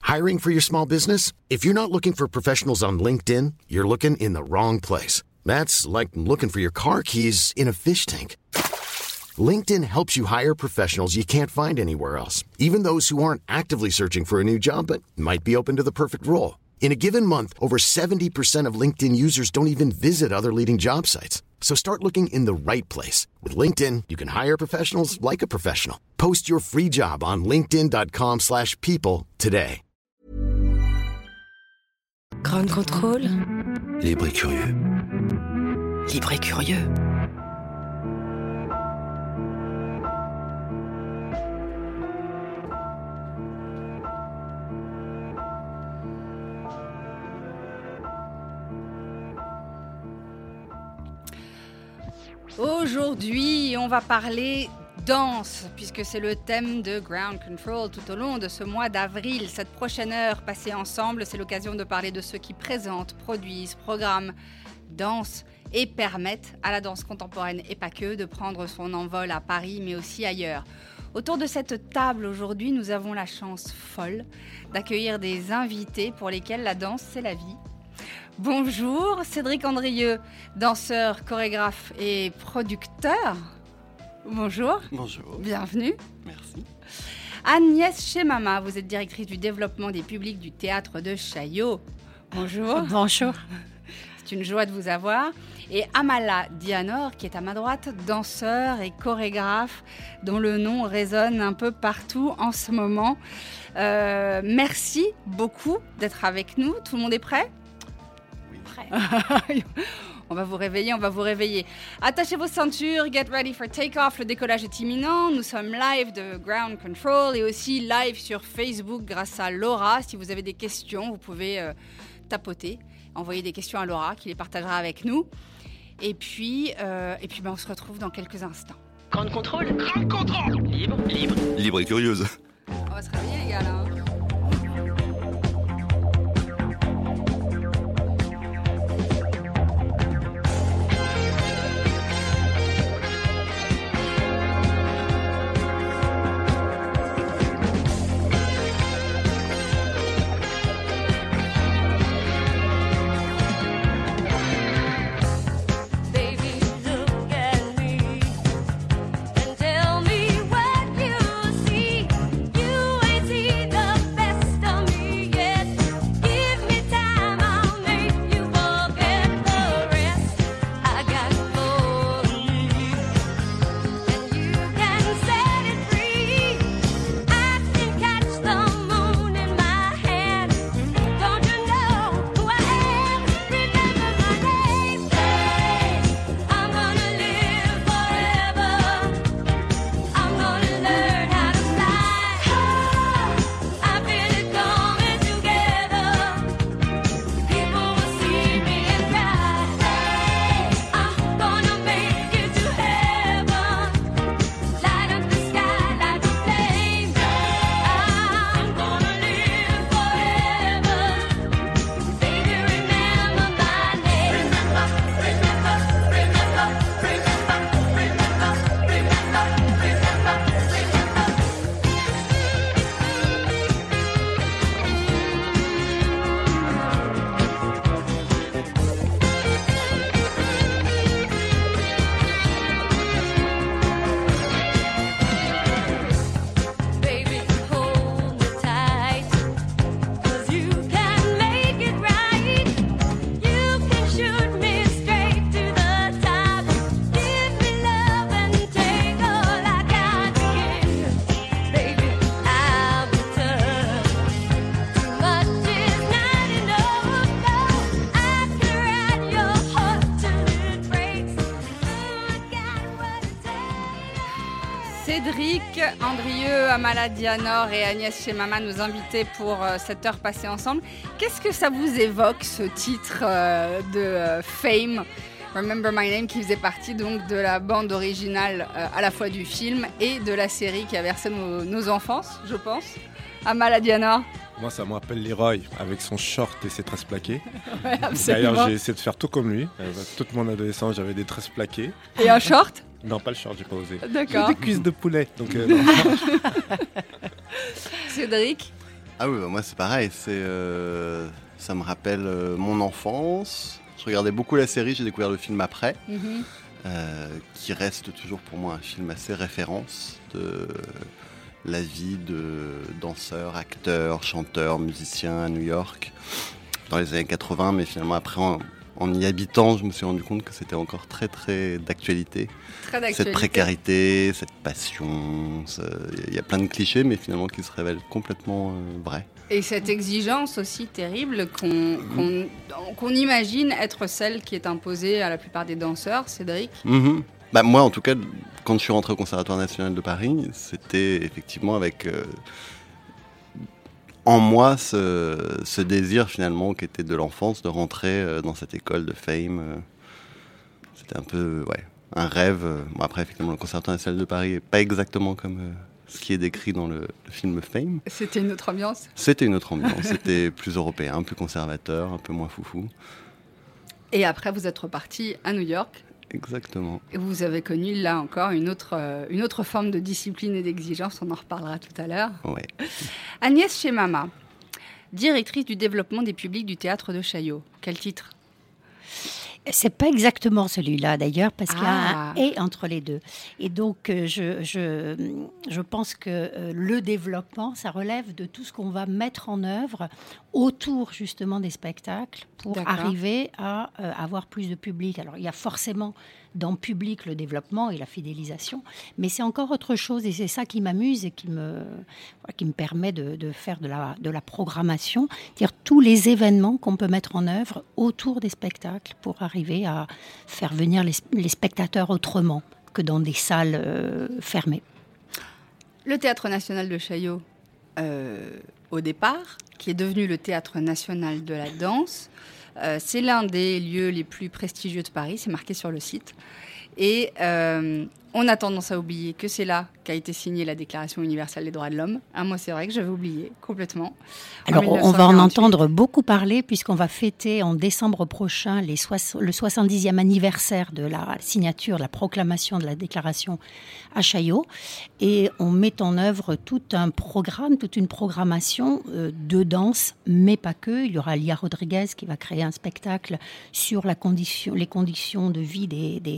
Hiring for your small business? If you're not looking for professionals on LinkedIn, you're looking in the wrong place. That's like looking for your car keys in a fish tank. LinkedIn helps you hire professionals you can't find anywhere else, even those who aren't actively searching for a new job but might be open to the perfect role. In a given month, over 70% of LinkedIn users don't even visit other leading job sites. So start looking in the right place. With LinkedIn, you can hire professionals like a professional. Post your free job on linkedin.com/people today. Ground Control. Libre et curieux. Libre et curieux. Aujourd'hui, on va parler danse, puisque c'est le thème de Ground Control tout au long de ce mois d'avril. Cette prochaine heure passée ensemble, c'est l'occasion de parler de ceux qui présentent, produisent, programment, dansent et permettent à la danse contemporaine et pas que de prendre son envol à Paris, mais aussi ailleurs. Autour de cette table aujourd'hui, nous avons la chance folle d'accueillir des invités pour lesquels la danse, c'est la vie. Bonjour, Cédric Andrieux, danseur, chorégraphe et producteur. Bonjour. Bonjour. Bienvenue. Merci. Agnès Chemama, vous êtes directrice du développement des publics du théâtre de Chaillot. Bonjour. Bonjour. C'est une joie de vous avoir. Et Amala Dianor, qui est à ma droite, danseur et chorégraphe, dont le nom résonne un peu partout en ce moment. Merci beaucoup d'être avec nous. Tout le monde est prêt ? On va vous réveiller. Attachez vos ceintures, get ready for take-off, le décollage est imminent. Nous sommes live de Ground Control et aussi live sur Facebook grâce à Laura. Si vous avez des questions, vous pouvez tapoter, envoyer des questions à Laura qui les partagera avec nous. Et puis on se retrouve dans quelques instants. Ground Control. Ground Control. Libre et curieuse. On va se réveiller les gars là. Cédric Andrieux, Amala Dianor et Agnès Chemama nous invitaient pour cette heure passée ensemble. Qu'est-ce que ça vous évoque, ce titre de Fame, Remember My Name, qui faisait partie donc de la bande originale à la fois du film et de la série qui a bercé nos enfances, je pense. Amala Dianor. Moi, ça me rappelle Leroy avec son short et ses tresses plaquées. Ouais, absolument. D'ailleurs, j'ai essayé de faire tout comme lui. Toute mon adolescence, j'avais des tresses plaquées. Et un short ? Non, pas le short, j'ai pas osé. D'accord. J'ai des cuisses de poulet. Donc, Cédric ? Ah oui, moi c'est pareil, ça me rappelle mon enfance. Je regardais beaucoup la série, j'ai découvert le film après, qui reste toujours pour moi un film assez référence de la vie de danseurs, acteurs, chanteurs, musiciens à New York dans les années 80, mais finalement après en y habitant, je me suis rendu compte que c'était encore très très d'actualité. Très d'actualité. Cette précarité, cette passion, il y a plein de clichés, mais finalement qui se révèlent complètement vrais. Et cette exigence aussi terrible qu'on imagine être celle qui est imposée à la plupart des danseurs, Cédric. Moi, en tout cas, quand je suis rentré au Conservatoire national de Paris, c'était effectivement avec en moi ce désir finalement qui était de l'enfance de rentrer dans cette école de Fame. C'était un peu un rêve. Bon, après, effectivement, le Conservatoire national de Paris n'est pas exactement comme ce qui est décrit dans le film Fame. C'était une autre ambiance. C'était une autre ambiance. C'était plus européen, plus conservateur, un peu moins foufou. Et après, vous êtes reparti à New York. Exactement. Et vous avez connu, là encore, une autre forme de discipline et d'exigence. On en reparlera tout à l'heure. Ouais. Agnès Chemama, directrice du développement des publics du théâtre de Chaillot. Quel titre ? C'est pas exactement celui-là d'ailleurs, parce qu'il y a un « et » entre les deux. Et donc, je pense que le développement, ça relève de tout ce qu'on va mettre en œuvre autour justement des spectacles pour arriver à avoir plus de public. Alors, il y a forcément dans le public le développement et la fidélisation, mais c'est encore autre chose et c'est ça qui m'amuse et qui me permet de faire de la programmation, c'est-à-dire tous les événements qu'on peut mettre en œuvre autour des spectacles pour arriver à faire venir les spectateurs autrement que dans des salles fermées. Le Théâtre national de Chaillot, au départ, qui est devenu le Théâtre national de la danse, c'est l'un des lieux les plus prestigieux de Paris, c'est marqué sur le site. Et on a tendance à oublier que c'est là qu'a été signée la Déclaration universelle des droits de l'homme. Moi, c'est vrai que j'avais oublié complètement. Alors, on va en entendre beaucoup parler puisqu'on va fêter en décembre prochain le 70e anniversaire de la signature, de la proclamation de la Déclaration à Chaillot. Et on met en œuvre tout un programme, toute une programmation de danse, mais pas que. Il y aura Lia Rodriguez qui va créer un spectacle sur les conditions de vie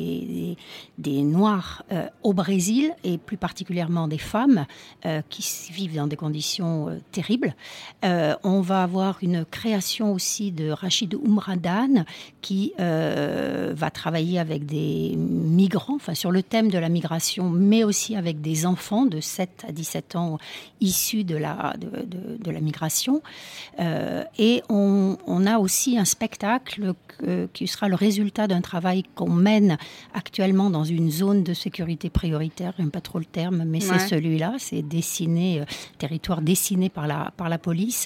des Noirs au Brésil et plus particulièrement des femmes qui vivent dans des conditions terribles. On va avoir une création aussi de Rachid Oumradan qui va travailler avec des migrants, sur le thème de la migration, mais aussi avec des enfants de 7 à 17 ans issus de la migration. Et on a aussi un spectacle qui sera le résultat d'un travail qu'on mène actuellement dans une zone de sécurité prioritaire, j'aime pas trop le terme, mais c'est celui-là, c'est territoire dessiné par la police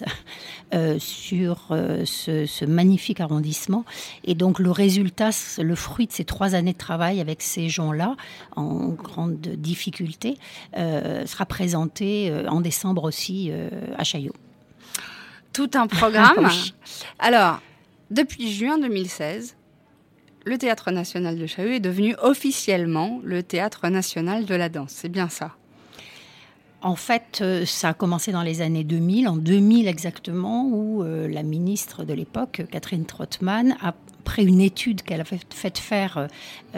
sur ce magnifique arrondissement. Et donc le résultat, le fruit de ces 3 années de travail avec ces gens-là, en grande difficulté, sera présenté en décembre aussi à Chaillot. Tout un programme. Alors, depuis juin 2016, le Théâtre national de Chaillot est devenu officiellement le Théâtre national de la danse. C'est bien ça ? En fait, ça a commencé dans les années 2000, en 2000 exactement, où la ministre de l'époque, Catherine Trottmann, après une étude qu'elle a fait faire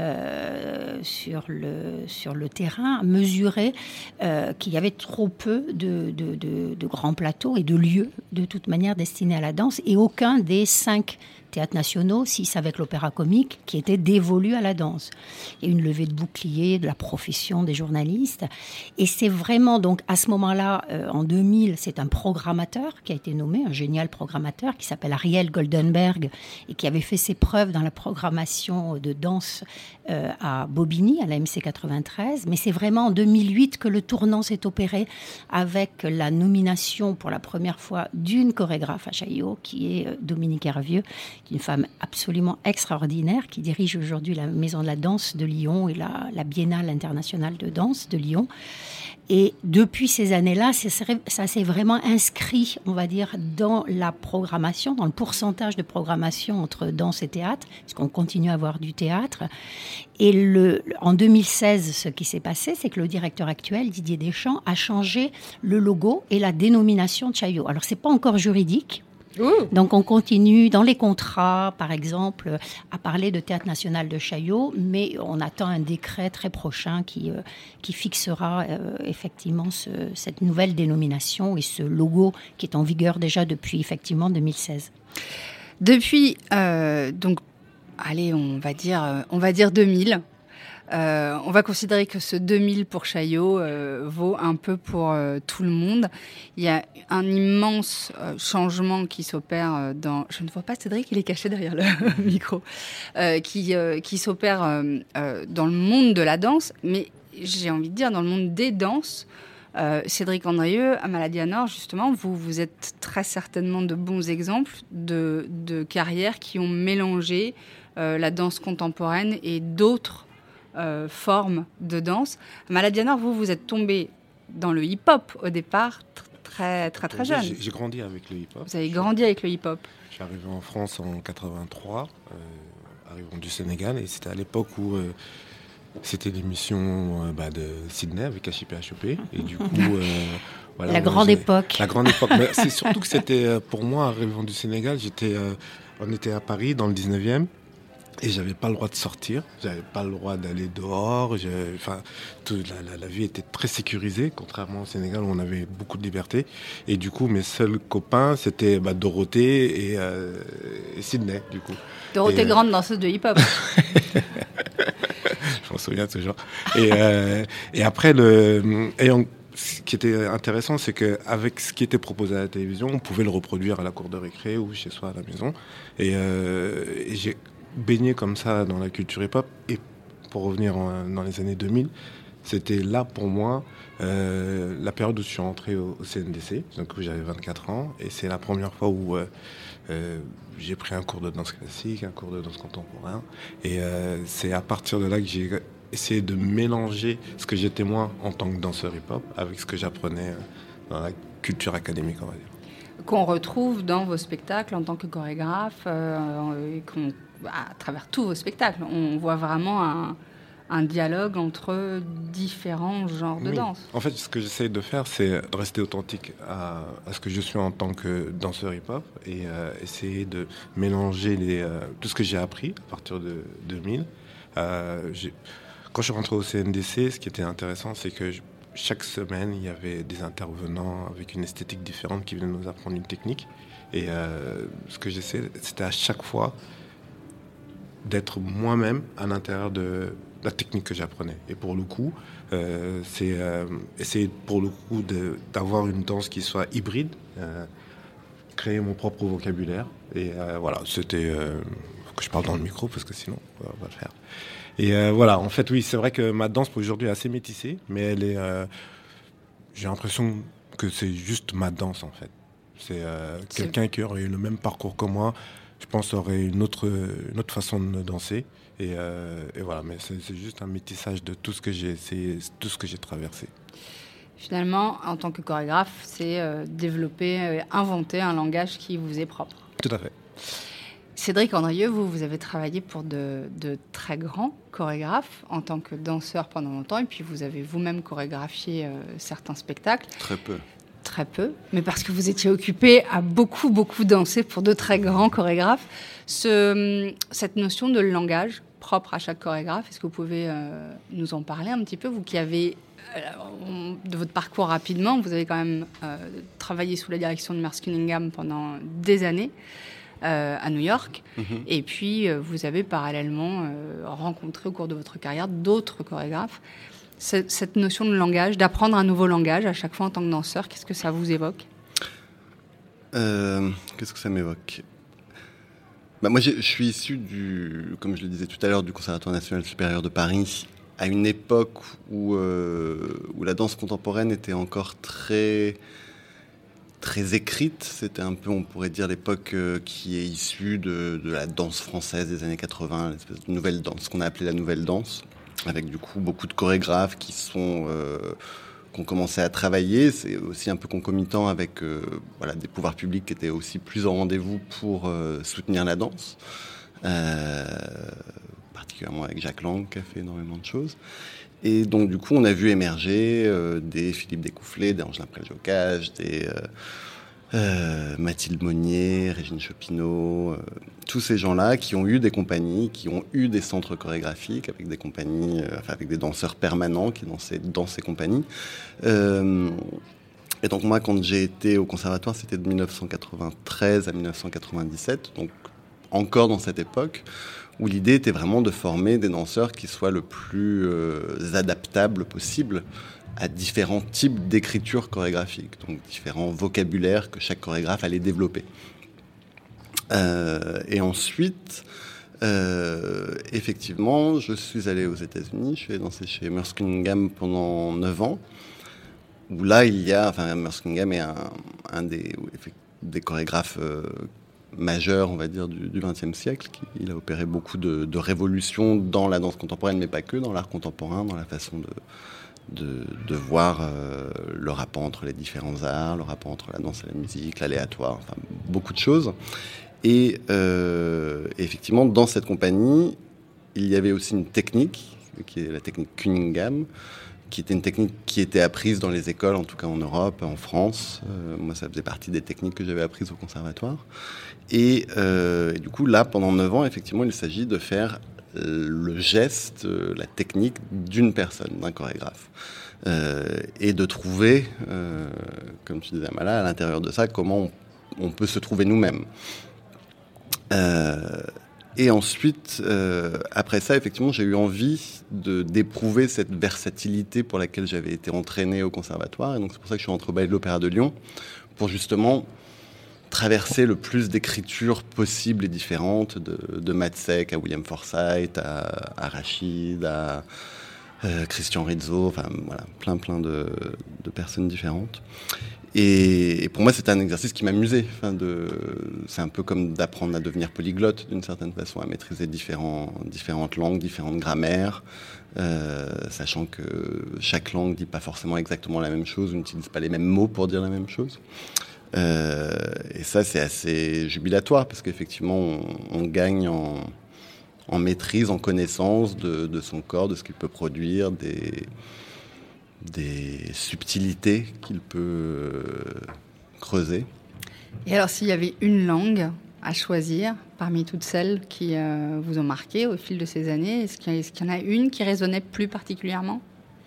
sur le terrain, a mesuré qu'il y avait trop peu de grands plateaux et de lieux, de toute manière, destinés à la danse, et aucun des 5 théâtres nationaux, 6 avec l'opéra comique, qui étaient dévolus à la danse. Il y a eu une levée de boucliers de la profession des journalistes. Et c'est vraiment, donc, à ce moment-là, en 2000, c'est un programmateur qui a été nommé, un génial programmateur, qui s'appelle Ariel Goldenberg, et qui avait fait ses preuves dans la programmation de danse à Bobigny, à la MC 93. Mais c'est vraiment en 2008 que le tournant s'est opéré avec la nomination pour la première fois d'une chorégraphe à Chaillot, qui est Dominique Hervieux, une femme absolument extraordinaire qui dirige aujourd'hui la Maison de la Danse de Lyon et la Biennale internationale de danse de Lyon. Et depuis ces années-là, ça s'est vraiment inscrit, on va dire, dans la programmation, dans le pourcentage de programmation entre danse et théâtre, puisqu'on continue à avoir du théâtre. Et en 2016, ce qui s'est passé, c'est que le directeur actuel, Didier Deschamps, a changé le logo et la dénomination de Chaillot. Alors, c'est pas encore juridique. Donc on continue dans les contrats, par exemple, à parler de Théâtre National de Chaillot, mais on attend un décret très prochain qui fixera effectivement cette nouvelle dénomination et ce logo qui est en vigueur déjà depuis effectivement 2016. Depuis, donc, allez, on va dire 2000. On va considérer que ce 2000 pour Chaillot vaut un peu pour tout le monde. Il y a un immense changement qui s'opère dans... Je ne vois pas Cédric, il est caché derrière le micro. Qui s'opère dans le monde de la danse, mais j'ai envie de dire dans le monde des danses. Cédric Andrieux, à Maladie à Nord, justement, vous êtes très certainement de bons exemples de carrières qui ont mélangé la danse contemporaine et d'autres formes de danse. Maladie à Nord, vous êtes tombé dans le hip-hop au départ, très jeune. J'ai grandi avec le hip-hop. Vous avez grandi avec le hip-hop. Je suis arrivé en France en 83, arrivant du Sénégal, et c'était à l'époque où c'était l'émission de Sydney avec HIP-HEP, et du coup... voilà, la grande époque. La grande époque. Mais c'est surtout que c'était, pour moi, arrivant du Sénégal, on était à Paris, dans le 19e, et j'avais pas le droit de sortir, j'avais pas le droit d'aller dehors, la vie était très sécurisée, contrairement au Sénégal où on avait beaucoup de liberté. Et du coup, mes seuls copains, c'était Dorothée et Sydney, du coup. Dorothée, grande danseuse de hip-hop. Je m'en souviens toujours. Et après, ce qui était intéressant, c'est qu'avec ce qui était proposé à la télévision, on pouvait le reproduire à la cour de récré ou chez soi à la maison. Et j'ai baigné comme ça dans la culture hip-hop. Et pour revenir dans les années 2000, c'était là pour moi la période où je suis entré au CNDC, donc où j'avais 24 ans. Et c'est la première fois où j'ai pris un cours de danse classique, un cours de danse contemporain. Et c'est à partir de là que j'ai essayé de mélanger ce que j'étais moi en tant que danseur hip-hop avec ce que j'apprenais dans la culture académique, on va dire. Qu'on retrouve dans vos spectacles en tant que chorégraphe, à travers tous vos spectacles. On voit vraiment un dialogue entre différents genres de danse. En fait, ce que j'essaie de faire, c'est de rester authentique à ce que je suis en tant que danseur hip-hop et essayer de mélanger tout ce que j'ai appris à partir de 2000. Quand je suis rentré au CNDC, ce qui était intéressant, c'est que chaque semaine, il y avait des intervenants avec une esthétique différente qui venaient nous apprendre une technique. Et ce que j'essaie, c'était à chaque fois d'être moi-même à l'intérieur de la technique que j'apprenais. Et pour le coup, c'est essayer pour le coup d'avoir une danse qui soit hybride, créer mon propre vocabulaire. Et voilà, c'était... faut que je parle dans le micro parce que sinon, on va le faire. Et voilà, en fait, oui, c'est vrai que ma danse pour aujourd'hui est assez métissée, mais elle est... j'ai l'impression que c'est juste ma danse, en fait. C'est quelqu'un qui aurait eu le même parcours que moi, je pense, aurait une autre façon de danser. Et voilà, mais c'est juste un métissage de tout ce que j'ai essayé, tout ce que j'ai traversé. Finalement, en tant que chorégraphe, c'est développer, inventer un langage qui vous est propre. Tout à fait. Cédric Andrieux, vous avez travaillé pour de très grands chorégraphes en tant que danseur pendant longtemps, et puis vous avez vous-même chorégraphié certains spectacles. Très peu, mais parce que vous étiez occupé à beaucoup danser pour de très grands chorégraphes. Cette notion de langage propre à chaque chorégraphe, est-ce que vous pouvez nous en parler un petit peu, vous qui avez, de votre parcours rapidement, vous avez quand même travaillé sous la direction de Merce Cunningham pendant des années à New York, et puis vous avez parallèlement rencontré au cours de votre carrière d'autres chorégraphes. Cette notion de langage, d'apprendre un nouveau langage à chaque fois en tant que danseur, qu'est-ce que ça vous évoque ? Qu'est-ce que ça m'évoque ? Moi, je suis issu comme je le disais tout à l'heure, du Conservatoire national supérieur de Paris, à une époque où la danse contemporaine était encore très écrite. C'était un peu, on pourrait dire, l'époque qui est issue de la danse française des années 80, l'espèce de nouvelle danse, ce qu'on a appelé la nouvelle danse, avec du coup beaucoup de chorégraphes qui qu'on commençait à travailler. C'est aussi un peu concomitant avec des pouvoirs publics qui étaient aussi plus en rendez-vous pour soutenir la danse. Particulièrement avec Jack Lang qui a fait énormément de choses. Et donc du coup on a vu émerger des Philippe Découfflé, des Angelin Préjocage, des Mathilde Monnier, Régine Chopineau, tous ces gens-là qui ont eu des compagnies, qui ont eu des centres chorégraphiques avec des compagnies, avec des danseurs permanents qui dansaient dans ces compagnies. Et donc moi, quand j'ai été au conservatoire, c'était de 1993 à 1997, donc encore dans cette époque où l'idée était vraiment de former des danseurs qui soient le plus adaptables possible à différents types d'écriture chorégraphique, donc différents vocabulaires que chaque chorégraphe allait développer. Et ensuite, effectivement, je suis allé aux États-Unis, je suis allé danser chez Merce Cunningham pendant 9 ans, où là, Merce Cunningham est un des chorégraphes majeurs, on va dire, du XXe siècle. Il a opéré beaucoup de révolutions dans la danse contemporaine, mais pas que, dans l'art contemporain, dans la façon de voir le rapport entre les différents arts, le rapport entre la danse et la musique, l'aléatoire, enfin beaucoup de choses. Et effectivement, dans cette compagnie, il y avait aussi une technique, qui est la technique Cunningham, qui était une technique qui était apprise dans les écoles, en tout cas en Europe, en France. Moi, ça faisait partie des techniques que j'avais apprises au conservatoire. Et du coup, là, pendant 9 ans, effectivement, il s'agit de faire le geste, la technique d'une personne, d'un chorégraphe. Et de trouver, comme tu disais, Amala, à l'intérieur de ça, comment on peut se trouver nous-mêmes. Et ensuite, après ça, effectivement, j'ai eu envie d'éprouver cette versatilité pour laquelle j'avais été entraîné au conservatoire. Et donc, c'est pour ça que je suis rentré au Ballet de l'Opéra de Lyon, pour justement traverser le plus d'écritures possibles et différentes, de Matzek à William Forsythe, à Rachid, à Christian Rizzo, enfin voilà, plein de personnes différentes. Et pour moi, c'était un exercice qui m'amusait. C'est un peu comme d'apprendre à devenir polyglotte, d'une certaine façon, à maîtriser différentes langues, différentes grammaires, sachant que chaque langue ne dit pas forcément exactement la même chose, ou n'utilise pas les mêmes mots pour dire la même chose. Et ça, c'est assez jubilatoire, parce qu'effectivement, on gagne en maîtrise, en connaissance de son corps, de ce qu'il peut produire, des subtilités qu'il peut creuser. Et alors, s'il y avait une langue à choisir parmi toutes celles qui vous ont marqué au fil de ces années, est-ce qu'il y en a une qui résonnait plus particulièrement ?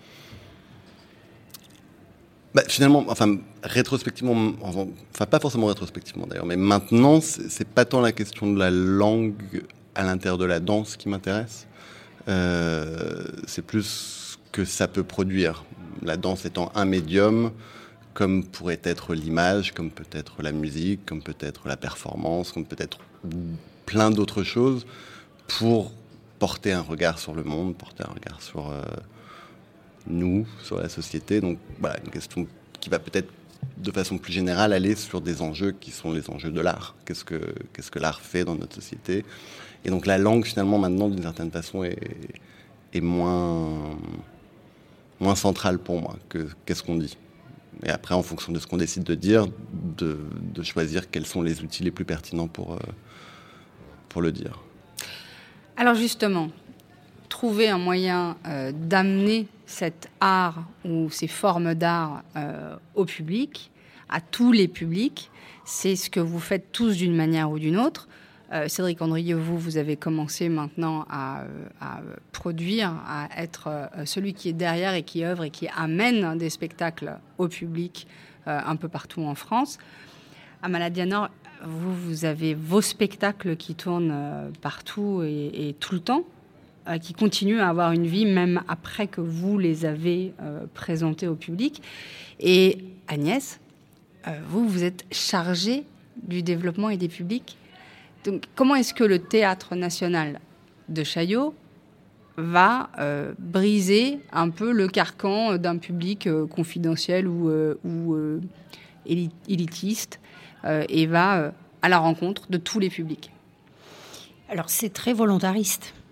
Finalement, rétrospectivement, pas forcément rétrospectivement d'ailleurs, mais maintenant, c'est pas tant la question de la langue à l'intérieur de la danse qui m'intéresse, c'est plus que ça peut produire. La danse étant un médium, comme pourrait être l'image, comme peut être la musique, comme peut être la performance, comme peut être plein d'autres choses, pour porter un regard sur le monde, porter un regard sur nous, sur la société. Donc voilà, une question qui va peut-être de façon plus générale aller sur des enjeux qui sont les enjeux de l'art. Qu'est-ce que l'art fait dans notre société ? Et donc la langue, finalement, maintenant, d'une certaine façon, est moins centrale pour moi que qu'est-ce qu'on dit. Et après, en fonction de ce qu'on décide de dire, de choisir quels sont les outils les plus pertinents pour le dire. Alors justement, trouver un moyen d'amener cet art ou ces formes d'art au public, à tous les publics, c'est ce que vous faites tous d'une manière ou d'une autre. Cédric Andrieux, vous avez commencé maintenant à produire, à être celui qui est derrière et qui œuvre et qui amène des spectacles au public un peu partout en France. Amala Dianor, vous avez vos spectacles qui tournent partout et tout le temps, qui continuent à avoir une vie même après que vous les avez présentés au public. Et Agnès, vous êtes chargée du développement et des publics. Donc, comment est-ce que le Théâtre national de Chaillot va briser un peu le carcan d'un public confidentiel ou élitiste et va à la rencontre de tous les publics ? Alors, c'est très volontariste.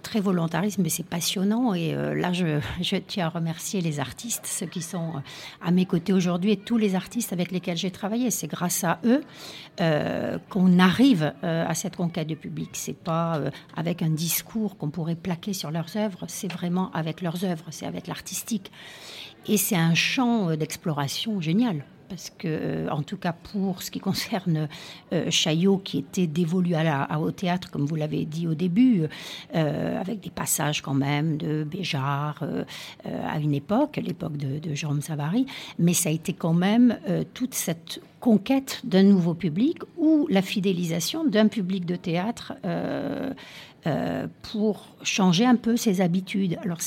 très volontariste, mais c'est passionnant. Et là, je tiens à remercier les artistes, ceux qui sont à mes côtés aujourd'hui et tous les artistes avec lesquels j'ai travaillé. C'est grâce à eux qu'on arrive à cette conquête de public. C'est pas avec un discours qu'on pourrait plaquer sur leurs œuvres, c'est vraiment avec leurs œuvres, c'est avec l'artistique. Et c'est un champ d'exploration génial. Parce que, en tout cas, pour ce qui concerne Chaillot, qui était dévolu au théâtre, comme vous l'avez dit au début, avec des passages quand même de Béjart à une époque, l'époque de Jérôme Savary, mais ça a été quand même toute cette conquête d'un nouveau public ou la fidélisation d'un public de théâtre pour changer un peu ses habitudes. Alors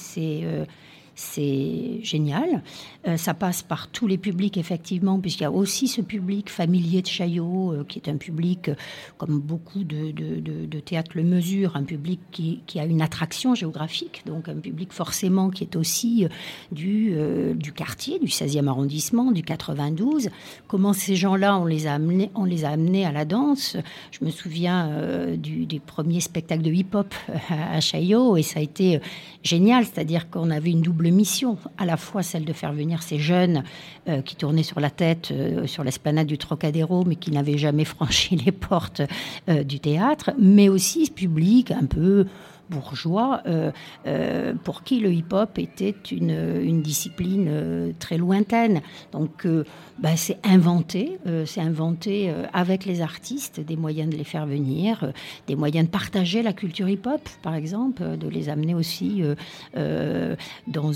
c'est génial. Ça passe par tous les publics, effectivement, puisqu'il y a aussi ce public familier de Chaillot, qui est un public, comme beaucoup de théâtre le mesure, un public qui a une attraction géographique, donc un public forcément qui est aussi du quartier, du 16e arrondissement, du 92. Comment ces gens-là, on les a amenés à la danse. Je me souviens des premiers spectacles de hip-hop à Chaillot, et ça a été génial, c'est-à-dire qu'on avait une double mission, à la fois celle de faire venir ces jeunes qui tournaient sur la tête sur l'esplanade du Trocadéro, mais qui n'avaient jamais franchi les portes du théâtre, mais aussi ce public un peu bourgeois, pour qui le hip-hop était une discipline très lointaine. Donc, c'est inventé avec les artistes, des moyens de les faire venir, des moyens de partager la culture hip-hop, par exemple, de les amener aussi dans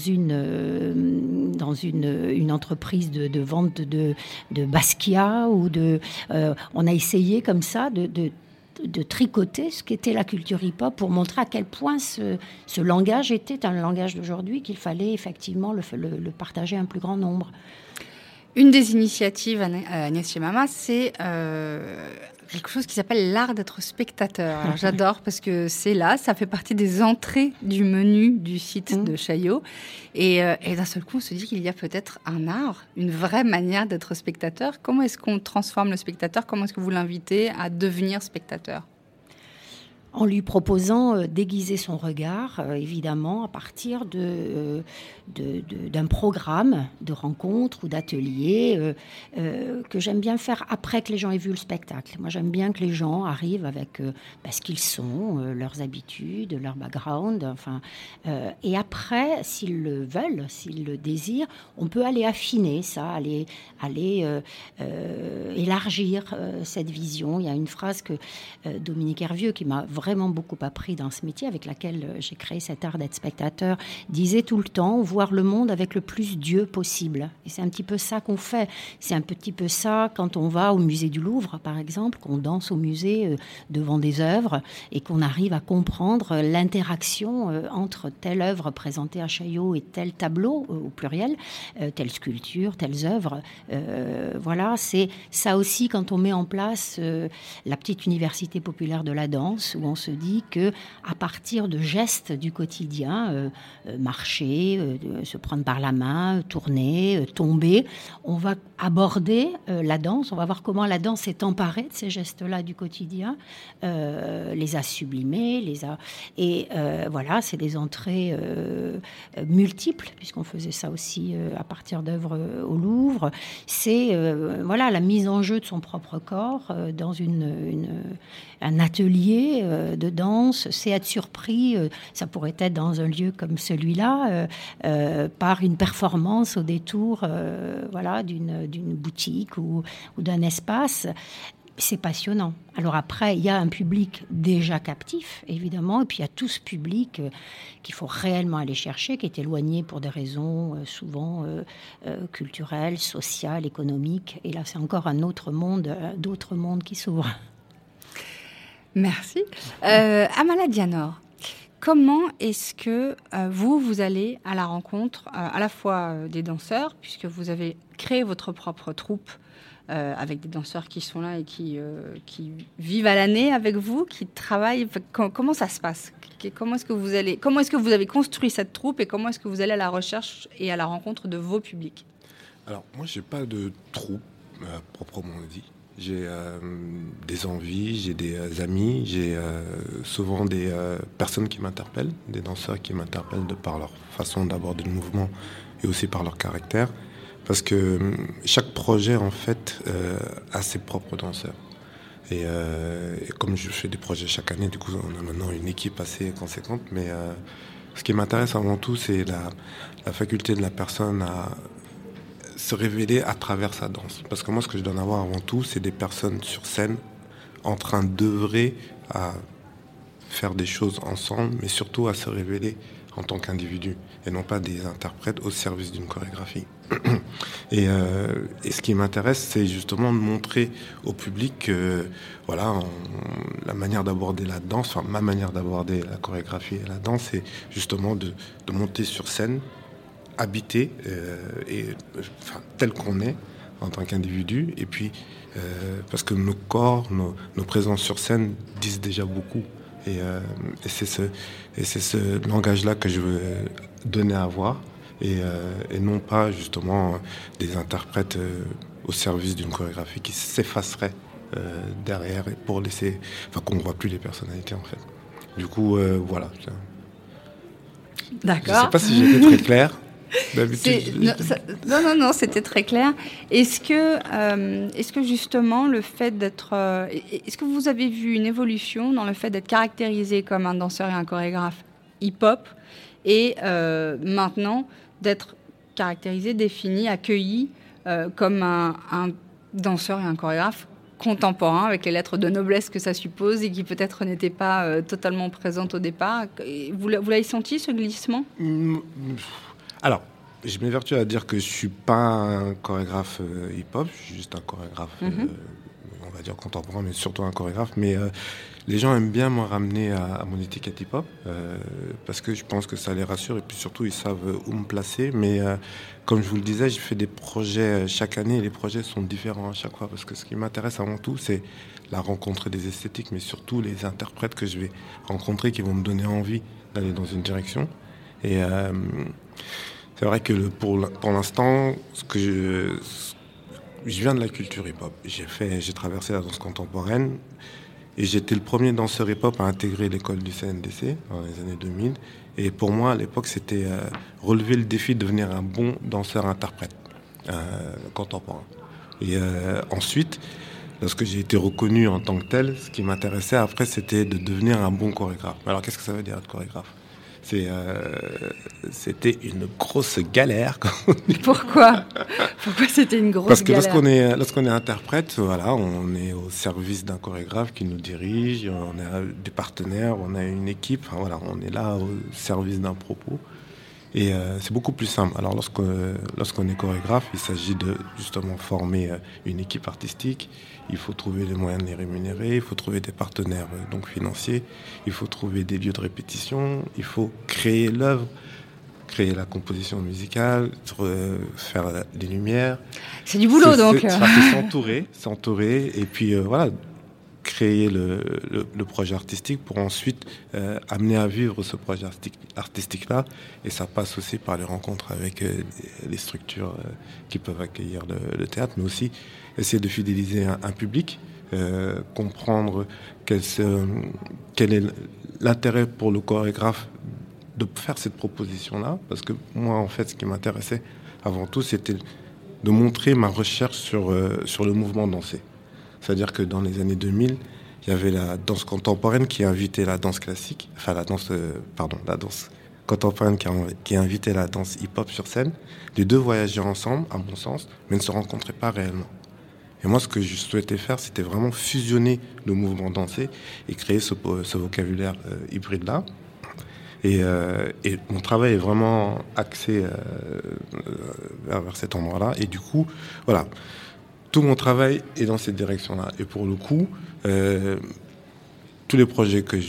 une entreprise de vente de Basquiat ou on a essayé comme ça de tricoter ce qu'était la culture hip-hop pour montrer à quel point ce langage était un langage d'aujourd'hui, qu'il fallait effectivement le partager à un plus grand nombre. Une des initiatives, Agnès Chemama, c'est quelque chose qui s'appelle l'art d'être spectateur. Alors, j'adore parce que c'est là, ça fait partie des entrées du menu du site de Chaillot. Et d'un seul coup, on se dit qu'il y a peut-être un art, une vraie manière d'être spectateur. Comment est-ce qu'on transforme le spectateur ? Comment est-ce que vous l'invitez à devenir spectateur ? En lui proposant d'aiguiser son regard, évidemment, à partir d'un programme de rencontres ou d'ateliers que j'aime bien faire après que les gens aient vu le spectacle. Moi, j'aime bien que les gens arrivent avec ce qu'ils sont, leurs habitudes, leur background, et après, s'ils le veulent, s'ils le désirent, on peut aller affiner ça, aller élargir cette vision. Il y a une phrase que Dominique Hervieux, qui m'a vraiment beaucoup appris dans ce métier, avec laquelle j'ai créé cet art d'être spectateur, disait tout le temps, voir le monde avec le plus Dieu possible. Et c'est un petit peu ça qu'on fait. C'est un petit peu ça quand on va au musée du Louvre, par exemple, qu'on danse au musée devant des œuvres et qu'on arrive à comprendre l'interaction entre telle œuvre présentée à Chaillot et tel tableau, au pluriel, telle sculpture, telles œuvres. Voilà, c'est ça aussi quand on met en place la petite université populaire de la danse, où on se dit que à partir de gestes du quotidien, marcher, se prendre par la main, tourner, tomber, on va aborder la danse, on va voir comment la danse s'est emparée de ces gestes-là du quotidien, les a sublimés, voilà, c'est des entrées multiples, puisqu'on faisait ça aussi à partir d'œuvres au Louvre. C'est la mise en jeu de son propre corps dans un atelier de danse, c'est être surpris, ça pourrait être dans un lieu comme celui-là, par une performance au détour d'une boutique ou d'un espace. C'est passionnant. Alors après, il y a un public déjà captif, évidemment, et puis il y a tout ce public qu'il faut réellement aller chercher, qui est éloigné pour des raisons souvent culturelles, sociales, économiques. Et là, c'est encore un autre monde, d'autres mondes qui s'ouvrent. Merci. Amala Dianor, comment est-ce que vous allez à la rencontre à la fois des danseurs, puisque vous avez créé votre propre troupe avec des danseurs qui sont là et qui vivent à l'année avec vous, qui travaillent. Comment ça se passe ? Comment est-ce que vous avez construit cette troupe et comment est-ce que vous allez à la recherche et à la rencontre de vos publics ? Alors, moi, je n'ai pas de troupe proprement dit. J'ai des envies, j'ai des amis, j'ai souvent des personnes qui m'interpellent, des danseurs qui m'interpellent de par leur façon d'aborder le mouvement et aussi par leur caractère. Parce que chaque projet, en fait, a ses propres danseurs. Et comme je fais des projets chaque année, du coup, on a maintenant une équipe assez conséquente. Mais ce qui m'intéresse avant tout, c'est la faculté de la personne à se révéler à travers sa danse. Parce que moi, ce que je donne à voir avant tout, c'est des personnes sur scène en train d'œuvrer à faire des choses ensemble, mais surtout à se révéler en tant qu'individu, et non pas des interprètes au service d'une chorégraphie. Et ce qui m'intéresse, c'est justement de montrer au public que la manière d'aborder la danse, ma manière d'aborder la chorégraphie et la danse, c'est justement de monter sur scène, habité tel qu'on est en tant qu'individu, et puis parce que nos corps, nos présences sur scène disent déjà beaucoup. Et c'est ce langage-là que je veux donner à voir, et non pas justement des interprètes au service d'une chorégraphie qui s'effacerait derrière pour laisser, qu'on ne voit plus les personnalités en fait. Du coup, voilà. D'accord. Je ne sais pas si j'ai été très clair. Non, c'était très clair. Est-ce que justement le fait d'être... est-ce que vous avez vu une évolution dans le fait d'être caractérisé comme un danseur et un chorégraphe hip-hop et maintenant d'être caractérisé, défini, accueilli comme un danseur et un chorégraphe contemporain, avec les lettres de noblesse que ça suppose et qui peut-être n'étaient pas totalement présentes au départ. Vous l'avez senti, ce glissement ? Alors, je m'évertue à dire que je ne suis pas un chorégraphe hip-hop, je suis juste un chorégraphe, on va dire contemporain, mais surtout un chorégraphe. Mais les gens aiment bien me ramener à mon étiquette hip-hop, parce que je pense que ça les rassure, et puis surtout, ils savent où me placer. Mais comme je vous le disais, je fais des projets chaque année, et les projets sont différents à chaque fois, parce que ce qui m'intéresse avant tout, c'est la rencontre des esthétiques, mais surtout les interprètes que je vais rencontrer, qui vont me donner envie d'aller dans une direction. Et c'est vrai que pour l'instant, je viens de la culture hip-hop. J'ai traversé la danse contemporaine et j'étais le premier danseur hip-hop à intégrer l'école du CNDC dans les années 2000. Et pour moi, à l'époque, c'était relever le défi de devenir un bon danseur-interprète contemporain. Et ensuite, lorsque j'ai été reconnu en tant que tel, ce qui m'intéressait après, c'était de devenir un bon chorégraphe. Alors, qu'est-ce que ça veut dire être chorégraphe ? C'était une grosse galère. Pourquoi c'était une grosse galère ? Parce que lorsqu'on est interprète, voilà, on est au service d'un chorégraphe qui nous dirige, on a des partenaires, on a une équipe, voilà, on est là au service d'un propos. Et c'est beaucoup plus simple. Alors lorsqu'on est chorégraphe, il s'agit de justement former une équipe artistique. Il faut trouver les moyens de les rémunérer, il faut trouver des partenaires donc financiers, il faut trouver des lieux de répétition, il faut créer l'œuvre, créer la composition musicale, faire les lumières. C'est du boulot donc. C'est s'entourer et puis voilà, créer le projet artistique pour ensuite amener à vivre ce projet artistique-là. Et ça passe aussi par les rencontres avec les structures qui peuvent accueillir le théâtre, mais aussi essayer de fidéliser un public, comprendre quel est l'intérêt pour le chorégraphe de faire cette proposition-là. Parce que moi, en fait, ce qui m'intéressait avant tout, c'était de montrer ma recherche sur le mouvement dansé. C'est-à-dire que dans les années 2000, il y avait la danse contemporaine qui invitait la danse classique, la danse contemporaine qui invitait la danse hip-hop sur scène. Les deux voyageaient ensemble, à mon sens, mais ne se rencontraient pas réellement. Et moi, ce que je souhaitais faire, c'était vraiment fusionner le mouvement dansé et créer ce vocabulaire hybride-là. Et mon travail est vraiment axé vers cet endroit-là. Et du coup, voilà. Tout mon travail est dans cette direction-là. Et pour le coup, tous les projets que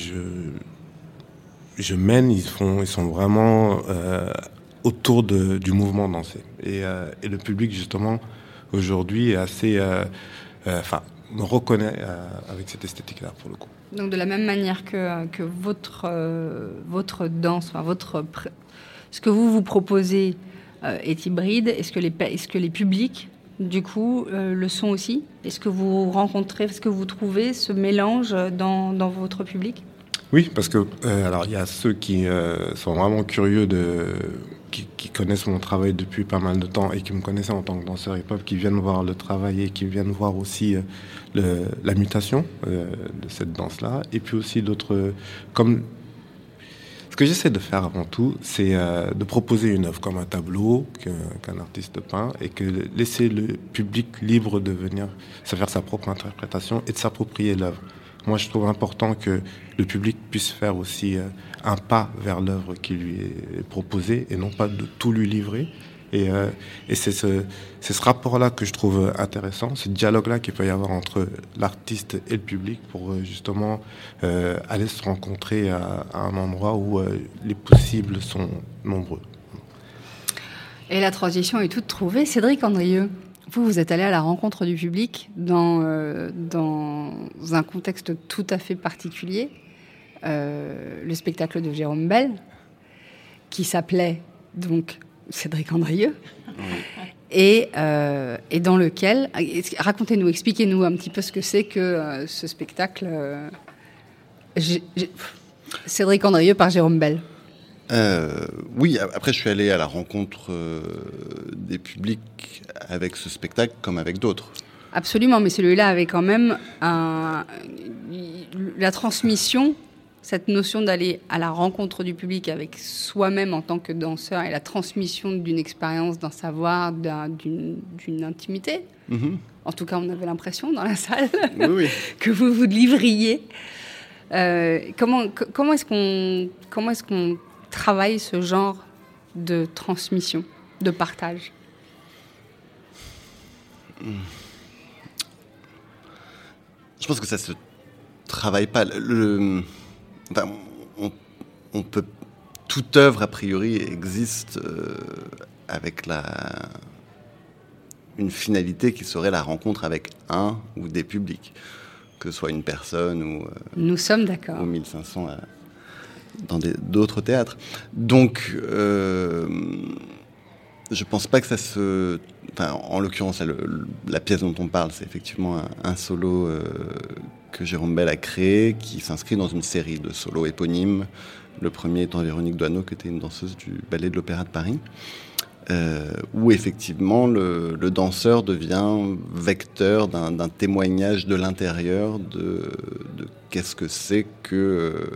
je mène, ils sont vraiment autour du mouvement dansé. Et le public, justement, aujourd'hui, est assez... me reconnaît avec cette esthétique-là, pour le coup. Donc, de la même manière que votre danse, ce que vous proposez est hybride, est-ce que les publics du coup, le son aussi. Est-ce que vous rencontrez, est-ce que vous trouvez ce mélange dans votre public ? Oui, parce que alors il y a ceux qui sont vraiment curieux qui connaissent mon travail depuis pas mal de temps et qui me connaissaient en tant que danseur hip-hop, qui viennent voir le travail et qui viennent voir aussi la mutation de cette danse-là. Et puis aussi d'autres, comme ce que j'essaie de faire avant tout, c'est de proposer une œuvre comme un tableau qu'un artiste peint et que laisser le public libre de venir se faire sa propre interprétation et de s'approprier l'œuvre. Moi, je trouve important que le public puisse faire aussi un pas vers l'œuvre qui lui est proposée et non pas de tout lui livrer. Et c'est ce rapport-là que je trouve intéressant, ce dialogue-là qu'il peut y avoir entre l'artiste et le public pour justement aller se rencontrer à un endroit où les possibles sont nombreux. Et la transition est toute trouvée. Cédric Andrieux, vous êtes allé à la rencontre du public dans un contexte tout à fait particulier. Le spectacle de Jérôme Bel, qui s'appelait donc Cédric Andrieux, et dans lequel... Racontez-nous, expliquez-nous un petit peu ce que c'est que ce spectacle Cédric Andrieux par Jérôme Bel. Oui, après je suis allé à la rencontre des publics avec ce spectacle comme avec d'autres. Absolument, mais celui-là avait quand même la transmission, cette notion d'aller à la rencontre du public avec soi-même en tant que danseur et la transmission d'une expérience, d'un savoir, d'une intimité. Mm-hmm. En tout cas, on avait l'impression dans la salle oui. que vous vous livriez. Comment est-ce qu'on travaille ce genre de transmission, de partage? Je pense que ça se travaille pas. On peut, toute œuvre a priori existe avec une finalité qui serait la rencontre avec un ou des publics, que ce soit une personne ou nous sommes d'accord, ou 1500 dans d'autres théâtres. Donc je pense pas que ça se... Enfin, en l'occurrence, la pièce dont on parle, c'est effectivement un solo que Jérôme Bel a créé, qui s'inscrit dans une série de solos éponymes. Le premier étant Véronique Doisneau, qui était une danseuse du Ballet de l'Opéra de Paris, où effectivement le danseur devient vecteur d'un témoignage de l'intérieur de qu'est-ce que c'est que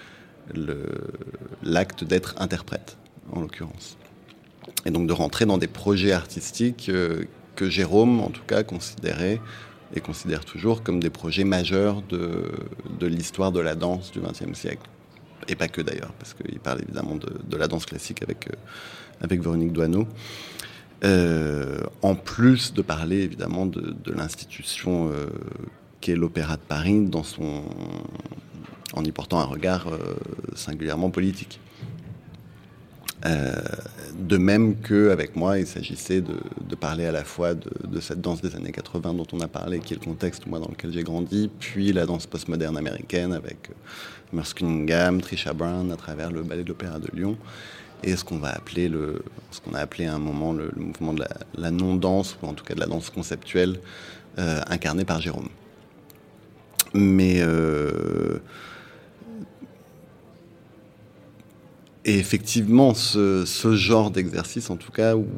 l'acte d'être interprète, en l'occurrence. Et donc de rentrer dans des projets artistiques que Jérôme, en tout cas, considérait et considère toujours comme des projets majeurs de l'histoire de la danse du XXe siècle. Et pas que d'ailleurs, parce qu'il parle évidemment de la danse classique avec Véronique Doisneau. En plus de parler évidemment de l'institution qu'est l'Opéra de Paris en y portant un regard singulièrement politique. De même qu'avec moi, il s'agissait de parler à la fois de cette danse des années 80 dont on a parlé, qui est le contexte moi, dans lequel j'ai grandi, puis la danse postmoderne américaine avec Merce Cunningham, Trisha Brown à travers le Ballet de l'Opéra de Lyon, et ce qu'on a appelé à un moment le mouvement de la non-danse, ou en tout cas de la danse conceptuelle, incarnée par Jérôme. Mais... Et effectivement, ce genre d'exercice, en tout cas, où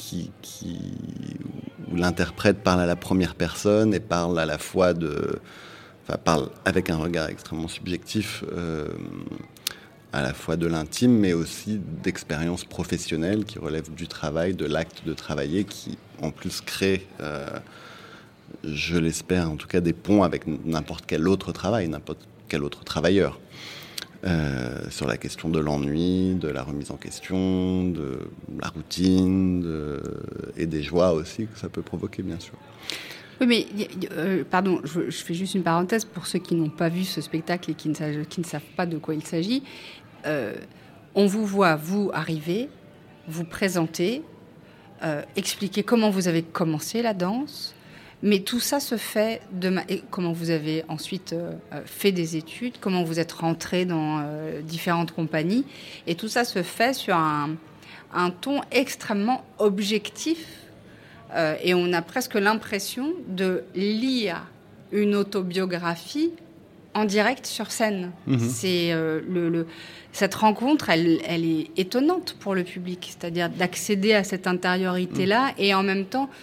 l'interprète parle à la première personne et parle à la fois parle avec un regard extrêmement subjectif, à la fois de l'intime, mais aussi d'expériences professionnelles qui relèvent du travail, de l'acte de travailler, qui en plus crée, je l'espère en tout cas, des ponts avec n'importe quel autre travail, n'importe quel autre travailleur. Sur la question de l'ennui, de la remise en question, de la routine et des joies aussi que ça peut provoquer, bien sûr. Oui, mais pardon, je fais juste une parenthèse pour ceux qui n'ont pas vu ce spectacle et qui ne savent pas de quoi il s'agit. On vous voit, vous, arriver, vous présenter, expliquer comment vous avez commencé la danse. Mais tout ça se fait comment vous avez ensuite fait des études, comment vous êtes rentré dans différentes compagnies. Et tout ça se fait sur un ton extrêmement objectif Et on a presque l'impression de lire une autobiographie en direct sur scène. C'est cette rencontre, elle est étonnante pour le public, c'est-à-dire d'accéder à cette intériorité-là et en même temps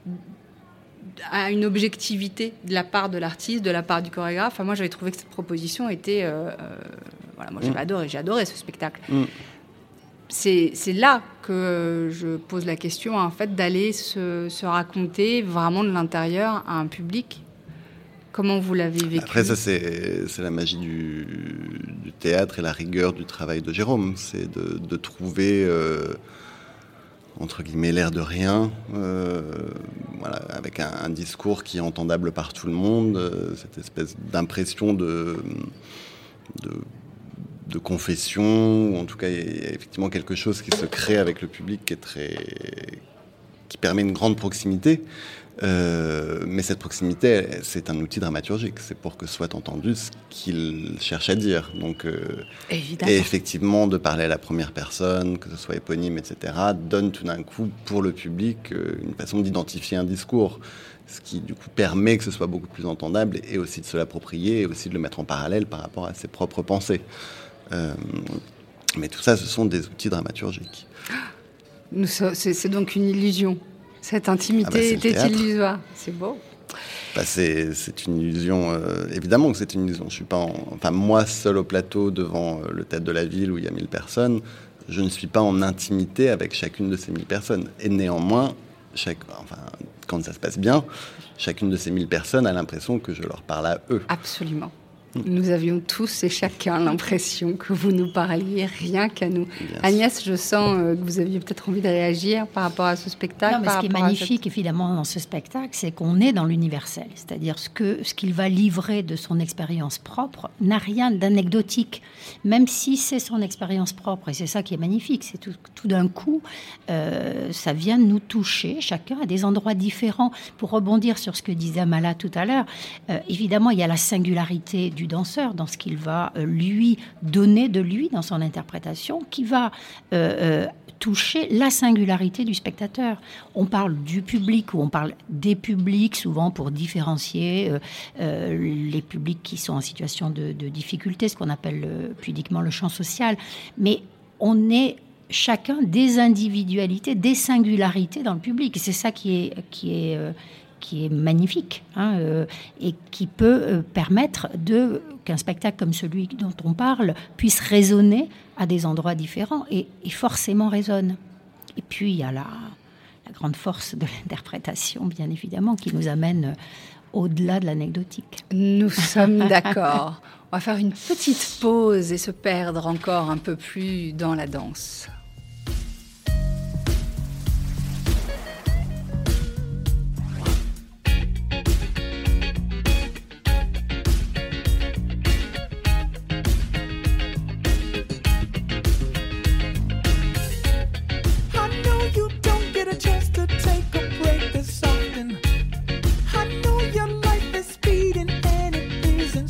à une objectivité de la part de l'artiste, de la part du chorégraphe. Enfin, moi, j'avais trouvé que cette proposition était... moi, j'ai adoré ce spectacle. C'est là que je pose la question, en fait, d'aller se raconter vraiment de l'intérieur à un public. Comment vous l'avez vécu ? Après, ça, c'est la magie du théâtre et la rigueur du travail de Jérôme. C'est de trouver, entre guillemets, l'air de rien, avec un discours qui est entendable par tout le monde, cette espèce d'impression de confession, ou en tout cas, il y a effectivement quelque chose qui se crée avec le public qui permet une grande proximité. Mais cette proximité, c'est un outil dramaturgique. C'est pour que soit entendu ce qu'il cherche à dire. Donc, et effectivement, de parler à la première personne, que ce soit éponyme, etc., donne tout d'un coup, pour le public, une façon d'identifier un discours. Ce qui, du coup, permet que ce soit beaucoup plus entendable et aussi de se l'approprier et aussi de le mettre en parallèle par rapport à ses propres pensées. Mais tout ça, ce sont des outils dramaturgiques. C'est donc une illusion. Cette intimité était illusoire. C'est beau. C'est une illusion. Évidemment que c'est une illusion. Je suis pas moi, seul au plateau devant le Théâtre de la Ville où il y a 1000 personnes, je ne suis pas en intimité avec chacune de ces 1000 personnes. Et néanmoins, quand ça se passe bien, chacune de ces 1000 personnes a l'impression que je leur parle à eux. Absolument. Nous avions tous et chacun l'impression que vous nous parliez rien qu'à nous. Agnès, je sens que vous aviez peut-être envie de réagir par rapport à ce spectacle. Non, mais ce qui est magnifique, évidemment, dans ce spectacle, c'est qu'on est dans l'universel. C'est-à-dire ce qu'il va livrer de son expérience propre n'a rien d'anecdotique. Même si c'est son expérience propre, et c'est ça qui est magnifique, c'est tout d'un coup, ça vient nous toucher, chacun à des endroits différents. Pour rebondir sur ce que disait Amala tout à l'heure, évidemment, il y a la singularité du danseur dans ce qu'il va lui donner de lui dans son interprétation, qui va toucher la singularité du spectateur. On parle du public ou on parle des publics, souvent pour différencier les publics qui sont en situation de difficulté, ce qu'on appelle pudiquement le champ social. Mais on est chacun des individualités, des singularités dans le public. Et c'est ça qui est magnifique, et qui peut permettre qu'un spectacle comme celui dont on parle puisse résonner à des endroits différents et forcément résonne. Et puis il y a la grande force de l'interprétation, bien évidemment, qui nous amène au-delà de l'anecdotique. Nous sommes d'accord. On va faire une petite pause et se perdre encore un peu plus dans la danse.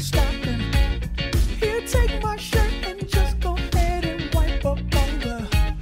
Take my shirt and just go ahead and wipe up all the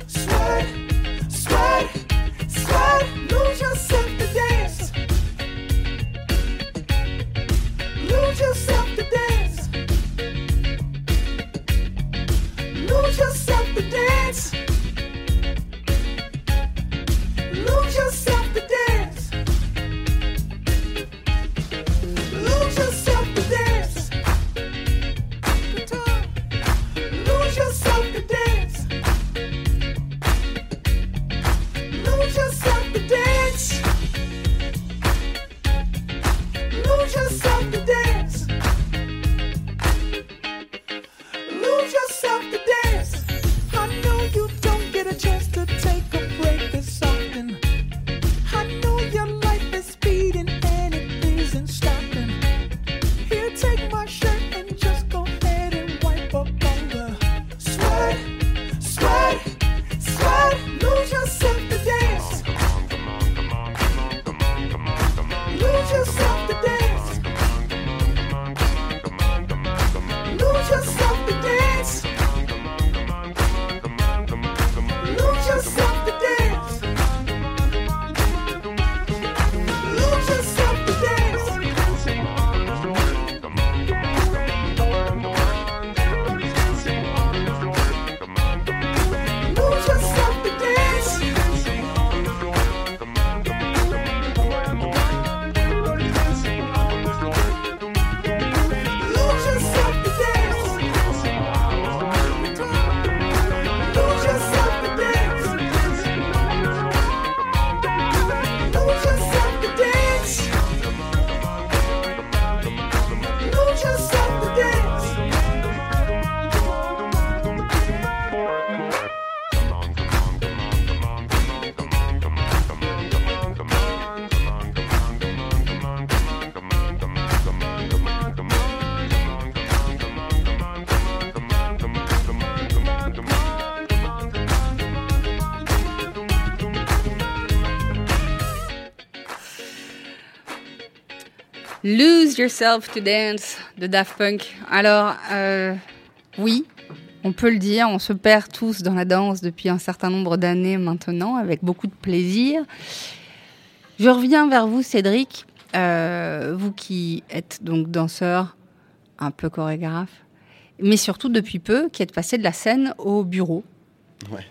Lose Yourself to Dance de Daft Punk. Alors, oui, on peut le dire, on se perd tous dans la danse depuis un certain nombre d'années maintenant, avec beaucoup de plaisir. Je reviens vers vous, Cédric, vous qui êtes donc danseur, un peu chorégraphe, mais surtout depuis peu, qui êtes passé de la scène au bureau. Ouais.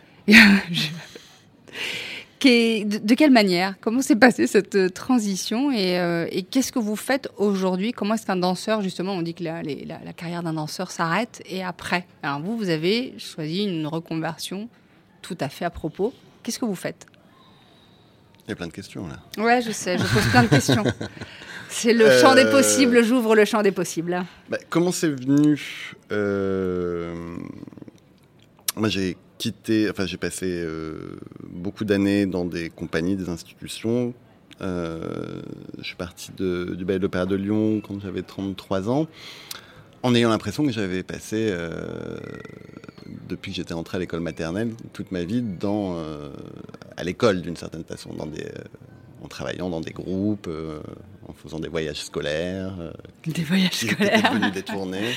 De quelle manière ? Comment s'est passée cette transition et qu'est-ce que vous faites aujourd'hui ? Comment est-ce qu'un danseur, justement, on dit que la carrière d'un danseur s'arrête et après ? Alors vous avez choisi une reconversion tout à fait à propos. Qu'est-ce que vous faites ? Il y a plein de questions là. Ouais, je sais, je pose plein de questions. C'est le champ des possibles, j'ouvre le champ des possibles. Comment c'est venu Moi j'ai passé beaucoup d'années dans des compagnies, des institutions. Je suis parti du Ballet de l'Opéra de Lyon quand j'avais 33 ans, en ayant l'impression que j'avais passé, depuis que j'étais entré à l'école maternelle, toute ma vie à l'école d'une certaine façon, en travaillant dans des groupes, en faisant des voyages scolaires. Des voyages qui scolaires. étaient devenus des tournées.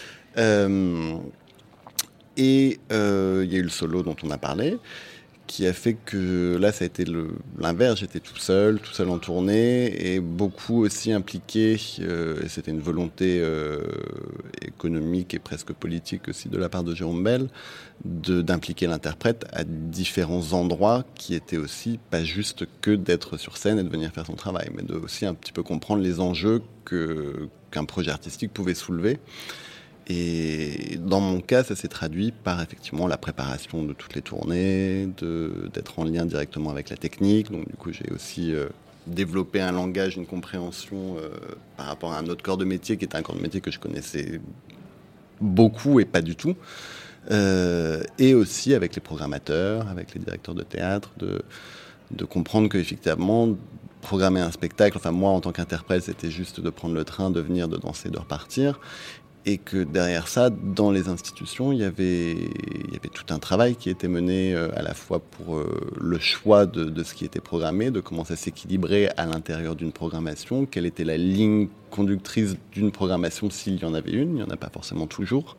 Et il y a eu le solo dont on a parlé, qui a fait que là, ça a été l'inverse. J'étais tout seul en tournée, et beaucoup aussi impliqué, et c'était une volonté économique et presque politique aussi de la part de Jérôme Bel, d'impliquer l'interprète à différents endroits qui étaient aussi pas juste que d'être sur scène et de venir faire son travail, mais de aussi un petit peu comprendre les enjeux qu'un projet artistique pouvait soulever. Et dans mon cas, ça s'est traduit par effectivement la préparation de toutes les tournées, d'être en lien directement avec la technique. Donc du coup, j'ai aussi développé un langage, une compréhension par rapport à un autre corps de métier qui était un corps de métier que je connaissais beaucoup et pas du tout. Et aussi avec les programmateurs, avec les directeurs de théâtre, de comprendre qu'effectivement, programmer un spectacle, enfin moi en tant qu'interprète, c'était juste de prendre le train, de venir, de danser, de repartir. Et que derrière ça, dans les institutions, il y avait tout un travail qui était mené à la fois pour le choix de ce qui était programmé, de comment ça s'équilibrait à l'intérieur d'une programmation, quelle était la ligne conductrice d'une programmation s'il y en avait une, il n'y en a pas forcément toujours,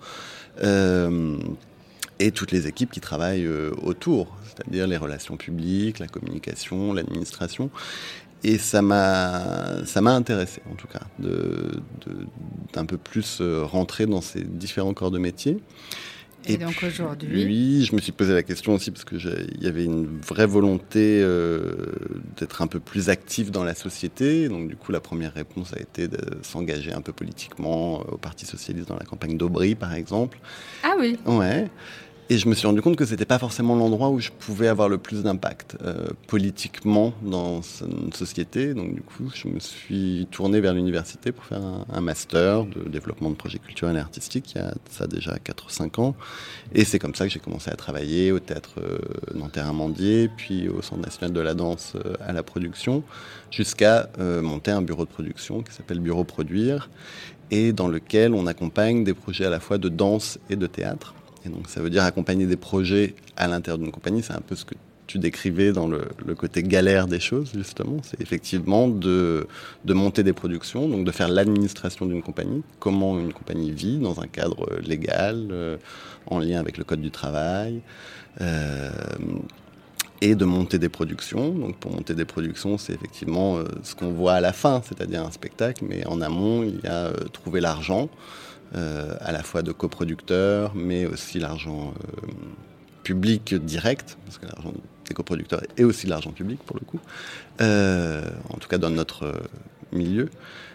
et toutes les équipes qui travaillent autour, c'est-à-dire les relations publiques, la communication, l'administration. Et ça m'a intéressé, en tout cas, d'un peu plus rentrer dans ces différents corps de métier. Et donc puis, aujourd'hui... Oui, je me suis posé la question aussi parce qu'il y avait une vraie volonté d'être un peu plus actif dans la société. Donc du coup, la première réponse a été de s'engager un peu politiquement au Parti Socialiste dans la campagne d'Aubry, par exemple. Ah oui. Ouais. Et je me suis rendu compte que c'était pas forcément l'endroit où je pouvais avoir le plus d'impact politiquement dans une société. Donc du coup, je me suis tourné vers l'université pour faire un master de développement de projets culturels et artistiques il y a ça déjà 4-5 ans. Et c'est comme ça que j'ai commencé à travailler au théâtre Nanterre-Amandier, puis au Centre national de la danse à la production, jusqu'à monter un bureau de production qui s'appelle Bureau Produire, et dans lequel on accompagne des projets à la fois de danse et de théâtre. Et donc ça veut dire accompagner des projets à l'intérieur d'une compagnie. C'est un peu ce que tu décrivais dans le côté galère des choses, justement. C'est effectivement de monter des productions, donc de faire l'administration d'une compagnie, comment une compagnie vit dans un cadre légal, en lien avec le code du travail, et de monter des productions. Donc pour monter des productions, c'est effectivement ce qu'on voit à la fin, c'est-à-dire un spectacle, mais en amont, il y a trouver l'argent, à la fois de coproducteurs, mais aussi l'argent public direct, parce que l'argent des coproducteurs est aussi de l'argent public pour le coup, en tout cas dans notre milieu.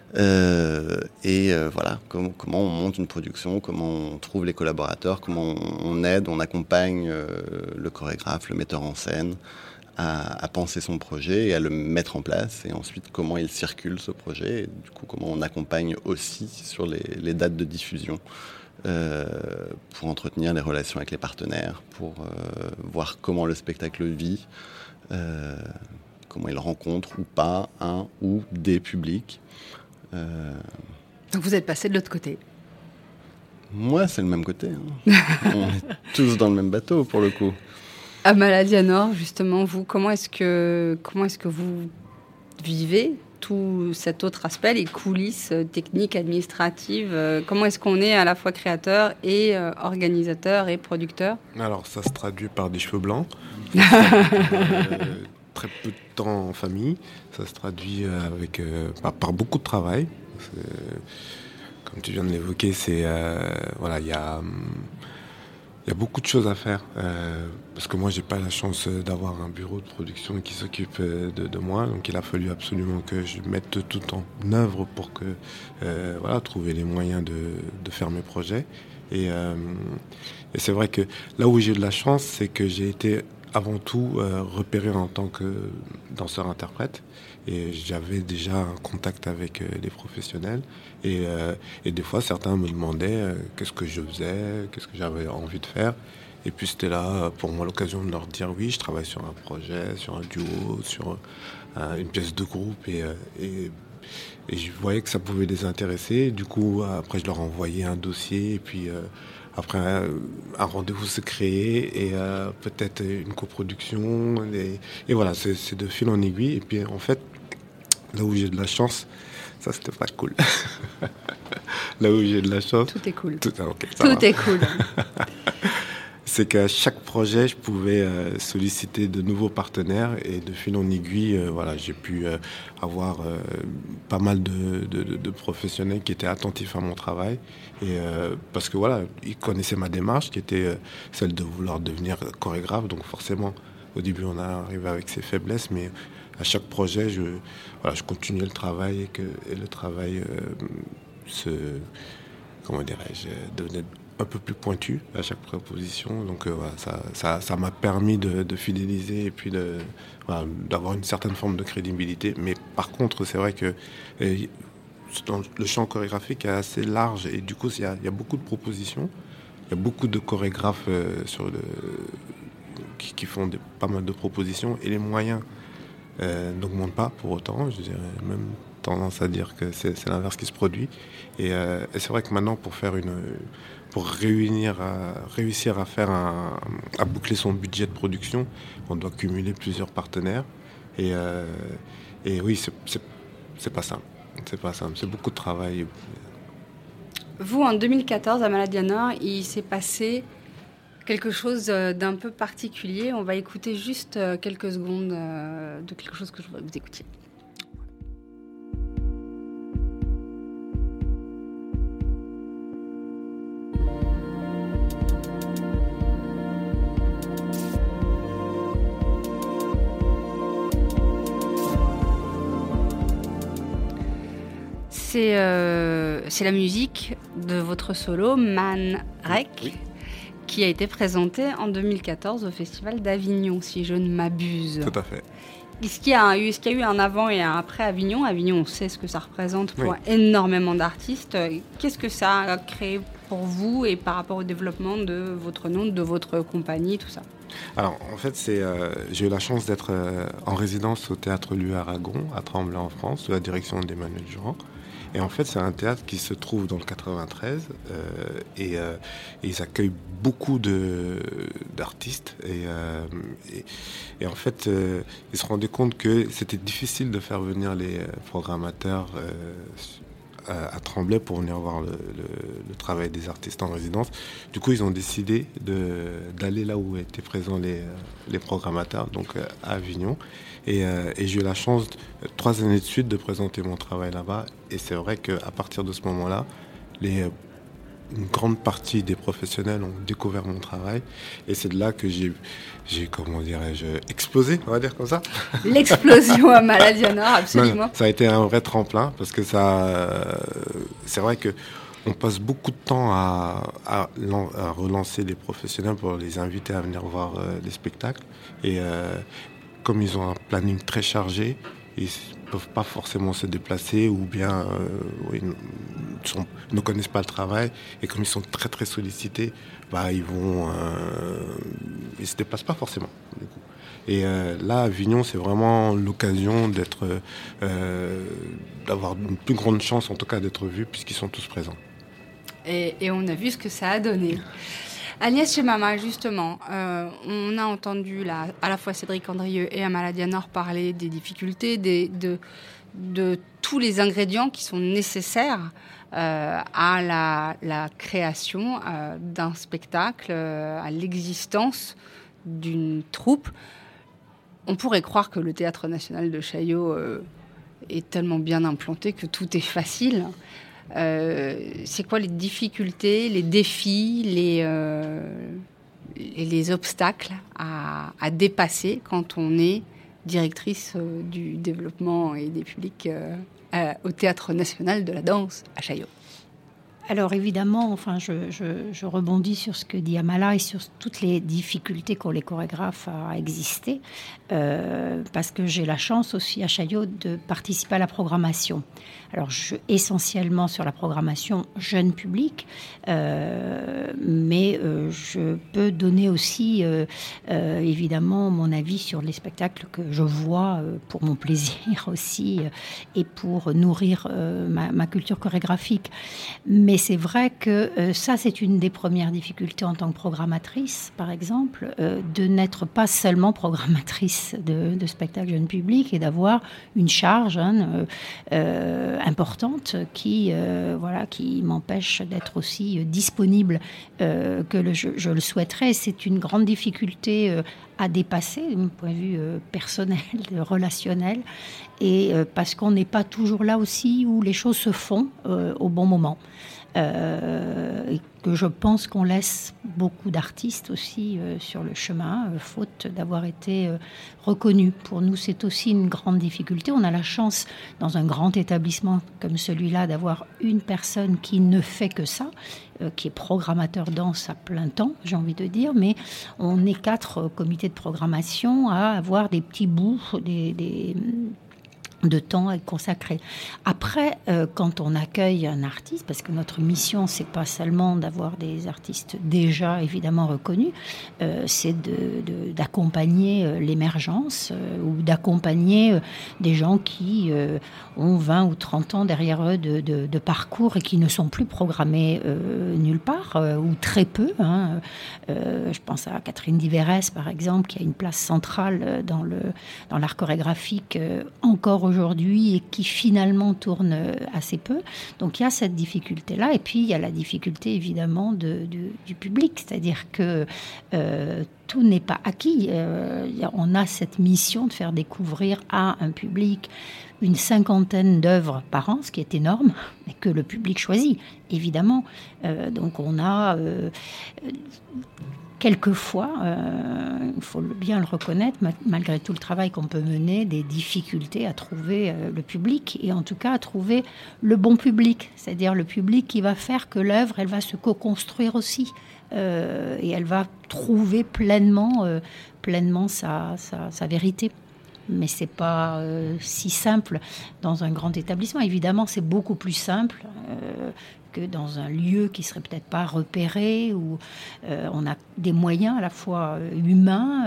Voilà, comment on monte une production, comment on trouve les collaborateurs, comment on aide, on accompagne le chorégraphe, le metteur en scène, à penser son projet et à le mettre en place, et ensuite comment il circule ce projet, et du coup comment on accompagne aussi sur les dates de diffusion pour entretenir les relations avec les partenaires, pour voir comment le spectacle vit, comment il rencontre ou pas un ou des publics. Donc vous êtes passé de l'autre côté. Moi, c'est le même côté. Hein. On est tous dans le même bateau pour le coup. Amala Dianor, justement, vous, comment est-ce que vous vivez tout cet autre aspect, les coulisses techniques, administratives. Comment est-ce qu'on est à la fois créateur et organisateur et producteur ? Alors, ça se traduit par des cheveux blancs, très peu de temps en famille. Ça se traduit par beaucoup de travail. Comme tu viens de l'évoquer, il y a beaucoup de choses à faire. Parce que moi, j'ai pas la chance d'avoir un bureau de production qui s'occupe de moi. Donc, il a fallu absolument que je mette tout en œuvre pour trouver les moyens de faire mes projets. Et c'est vrai que là où j'ai de la chance, c'est que j'ai été avant tout repéré en tant que danseur-interprète. Et j'avais déjà un contact avec les professionnels. Et des fois, certains me demandaient qu'est-ce que je faisais, qu'est-ce que j'avais envie de faire. Et puis c'était là pour moi l'occasion de leur dire oui, je travaille sur un projet, sur un duo, sur une pièce de groupe. Et je voyais que ça pouvait les intéresser. Du coup, après, je leur envoyais un dossier. Et puis après, un rendez-vous se créait et peut-être une coproduction. Et voilà, c'est de fil en aiguille. Et puis en fait, là où j'ai de la chance, ça c'était pas cool. Là où j'ai de la chance. Tout est cool. Tout est cool. C'est qu'à chaque projet, je pouvais solliciter de nouveaux partenaires et de fil en aiguille, j'ai pu avoir pas mal de professionnels qui étaient attentifs à mon travail. Et parce que ils connaissaient ma démarche qui était celle de vouloir devenir chorégraphe. Donc forcément, au début, on arrive avec ses faiblesses, mais à chaque projet, je continuais le travail et le travail devenait un peu plus pointu à chaque proposition. Donc ça m'a permis de fidéliser et puis d'avoir une certaine forme de crédibilité. Mais par contre, c'est vrai que le champ chorégraphique est assez large et du coup, il y a beaucoup de propositions. Il y a beaucoup de chorégraphes qui font pas mal de propositions et les moyens n'augmentent pas pour autant. Je dirais même tendance à dire que c'est l'inverse qui se produit. Et c'est vrai que maintenant, pour réussir à boucler son budget de production, on doit cumuler plusieurs partenaires. Et oui, c'est pas simple. C'est pas simple. C'est beaucoup de travail. Vous, en 2014, à Maladianor, il s'est passé quelque chose d'un peu particulier. On va écouter juste quelques secondes de quelque chose que je voudrais que vous écoutiez. C'est la musique de votre solo, Man Rek, oui, qui a été présentée en 2014 au Festival d'Avignon, si je ne m'abuse. Tout à fait. Est-ce qu'il y a eu un avant et un après Avignon ? Avignon, on sait ce que ça représente pour énormément d'artistes. Qu'est-ce que ça a créé pour vous et par rapport au développement de votre nom, de votre compagnie, tout ça ? Alors, en fait, j'ai eu la chance d'être en résidence au Théâtre Louis Aragon, à Tremblay en France, sous la direction d'Emmanuel Durand. Et en fait, c'est un théâtre qui se trouve dans le 93 et ils accueillent beaucoup d'artistes. Et en fait, ils se rendaient compte que c'était difficile de faire venir les programmateurs à Tremblay pour venir voir le travail des artistes en résidence. Du coup, ils ont décidé d'aller là où étaient présents les programmateurs, donc à Avignon. Et j'ai eu la chance, 3 années de suite, de présenter mon travail là-bas. Et c'est vrai qu'à partir de ce moment-là, une grande partie des professionnels ont découvert mon travail. Et c'est de là que j'ai explosé, on va dire comme ça. L'explosion à Maladianor, absolument. Non, ça a été un vrai tremplin parce que c'est vrai que on passe beaucoup de temps à relancer les professionnels pour les inviter à venir voir les spectacles. Et comme ils ont un planning très chargé, ils ne peuvent pas forcément se déplacer ou bien ne connaissent pas le travail. Et comme ils sont très très sollicités, ils se déplacent pas forcément. Du coup. Et là, Avignon, c'est vraiment l'occasion d'avoir une plus grande chance, en tout cas, d'être vus puisqu'ils sont tous présents. Et on a vu ce que ça a donné. Agnès Chemama, justement, on a entendu là, à la fois Cédric Andrieux et à Maladianor parler des difficultés, de de tous les ingrédients qui sont nécessaires à la création d'un spectacle, à l'existence d'une troupe. On pourrait croire que le Théâtre national de Chaillot est tellement bien implanté que tout est facile. C'est quoi les difficultés, les défis, les obstacles à dépasser quand on est directrice du développement et des publics au Théâtre national de la danse à Chaillot? Alors évidemment, je rebondis sur ce que dit Amala et sur toutes les difficultés qu'ont les chorégraphes à exister, parce que j'ai la chance aussi à Chaillot de participer à la programmation. Alors essentiellement sur la programmation jeune public, mais je peux donner aussi évidemment mon avis sur les spectacles que je vois pour mon plaisir aussi et pour nourrir ma culture chorégraphique. Mais c'est vrai que ça, c'est une des premières difficultés en tant que programmatrice, par exemple, de n'être pas seulement programmatrice de spectacles jeunes publics et d'avoir une charge importante qui m'empêche d'être aussi disponible que je le souhaiterais. C'est une grande difficulté à dépasser, d'un point de vue personnel, relationnel, et parce qu'on n'est pas toujours là aussi où les choses se font au bon moment. Et que je pense qu'on laisse beaucoup d'artistes aussi sur le chemin, faute d'avoir été reconnus. Pour nous, c'est aussi une grande difficulté. On a la chance, dans un grand établissement comme celui-là, d'avoir une personne qui ne fait que ça, qui est programmateur danse à plein temps, j'ai envie de dire, mais on est 4 comités de programmation à avoir des petits bouts, de temps à consacrer. Après, quand on accueille un artiste, parce que notre mission, c'est pas seulement d'avoir des artistes déjà évidemment reconnus, c'est d'accompagner l'émergence ou d'accompagner des gens qui ont 20 ou 30 ans derrière eux de parcours et qui ne sont plus programmés nulle part, ou très peu. Je pense à Catherine Diverès, par exemple, qui a une place centrale dans l'art chorégraphique encore aujourd'hui et qui finalement tourne assez peu. Donc il y a cette difficulté-là. Et puis il y a la difficulté évidemment du public, c'est-à-dire que tout n'est pas acquis. On a cette mission de faire découvrir à un public une 50aine d'œuvres par an, ce qui est énorme, et que le public choisit, évidemment. Donc on a... quelquefois, il faut bien le reconnaître, malgré tout le travail qu'on peut mener, des difficultés à trouver le public et en tout cas à trouver le bon public, c'est-à-dire le public qui va faire que l'œuvre, elle va se co-construire aussi et elle va trouver pleinement sa vérité. Mais c'est pas si simple dans un grand établissement. Évidemment, c'est beaucoup plus simple que dans un lieu qui serait peut-être pas repéré, où on a des moyens à la fois humains,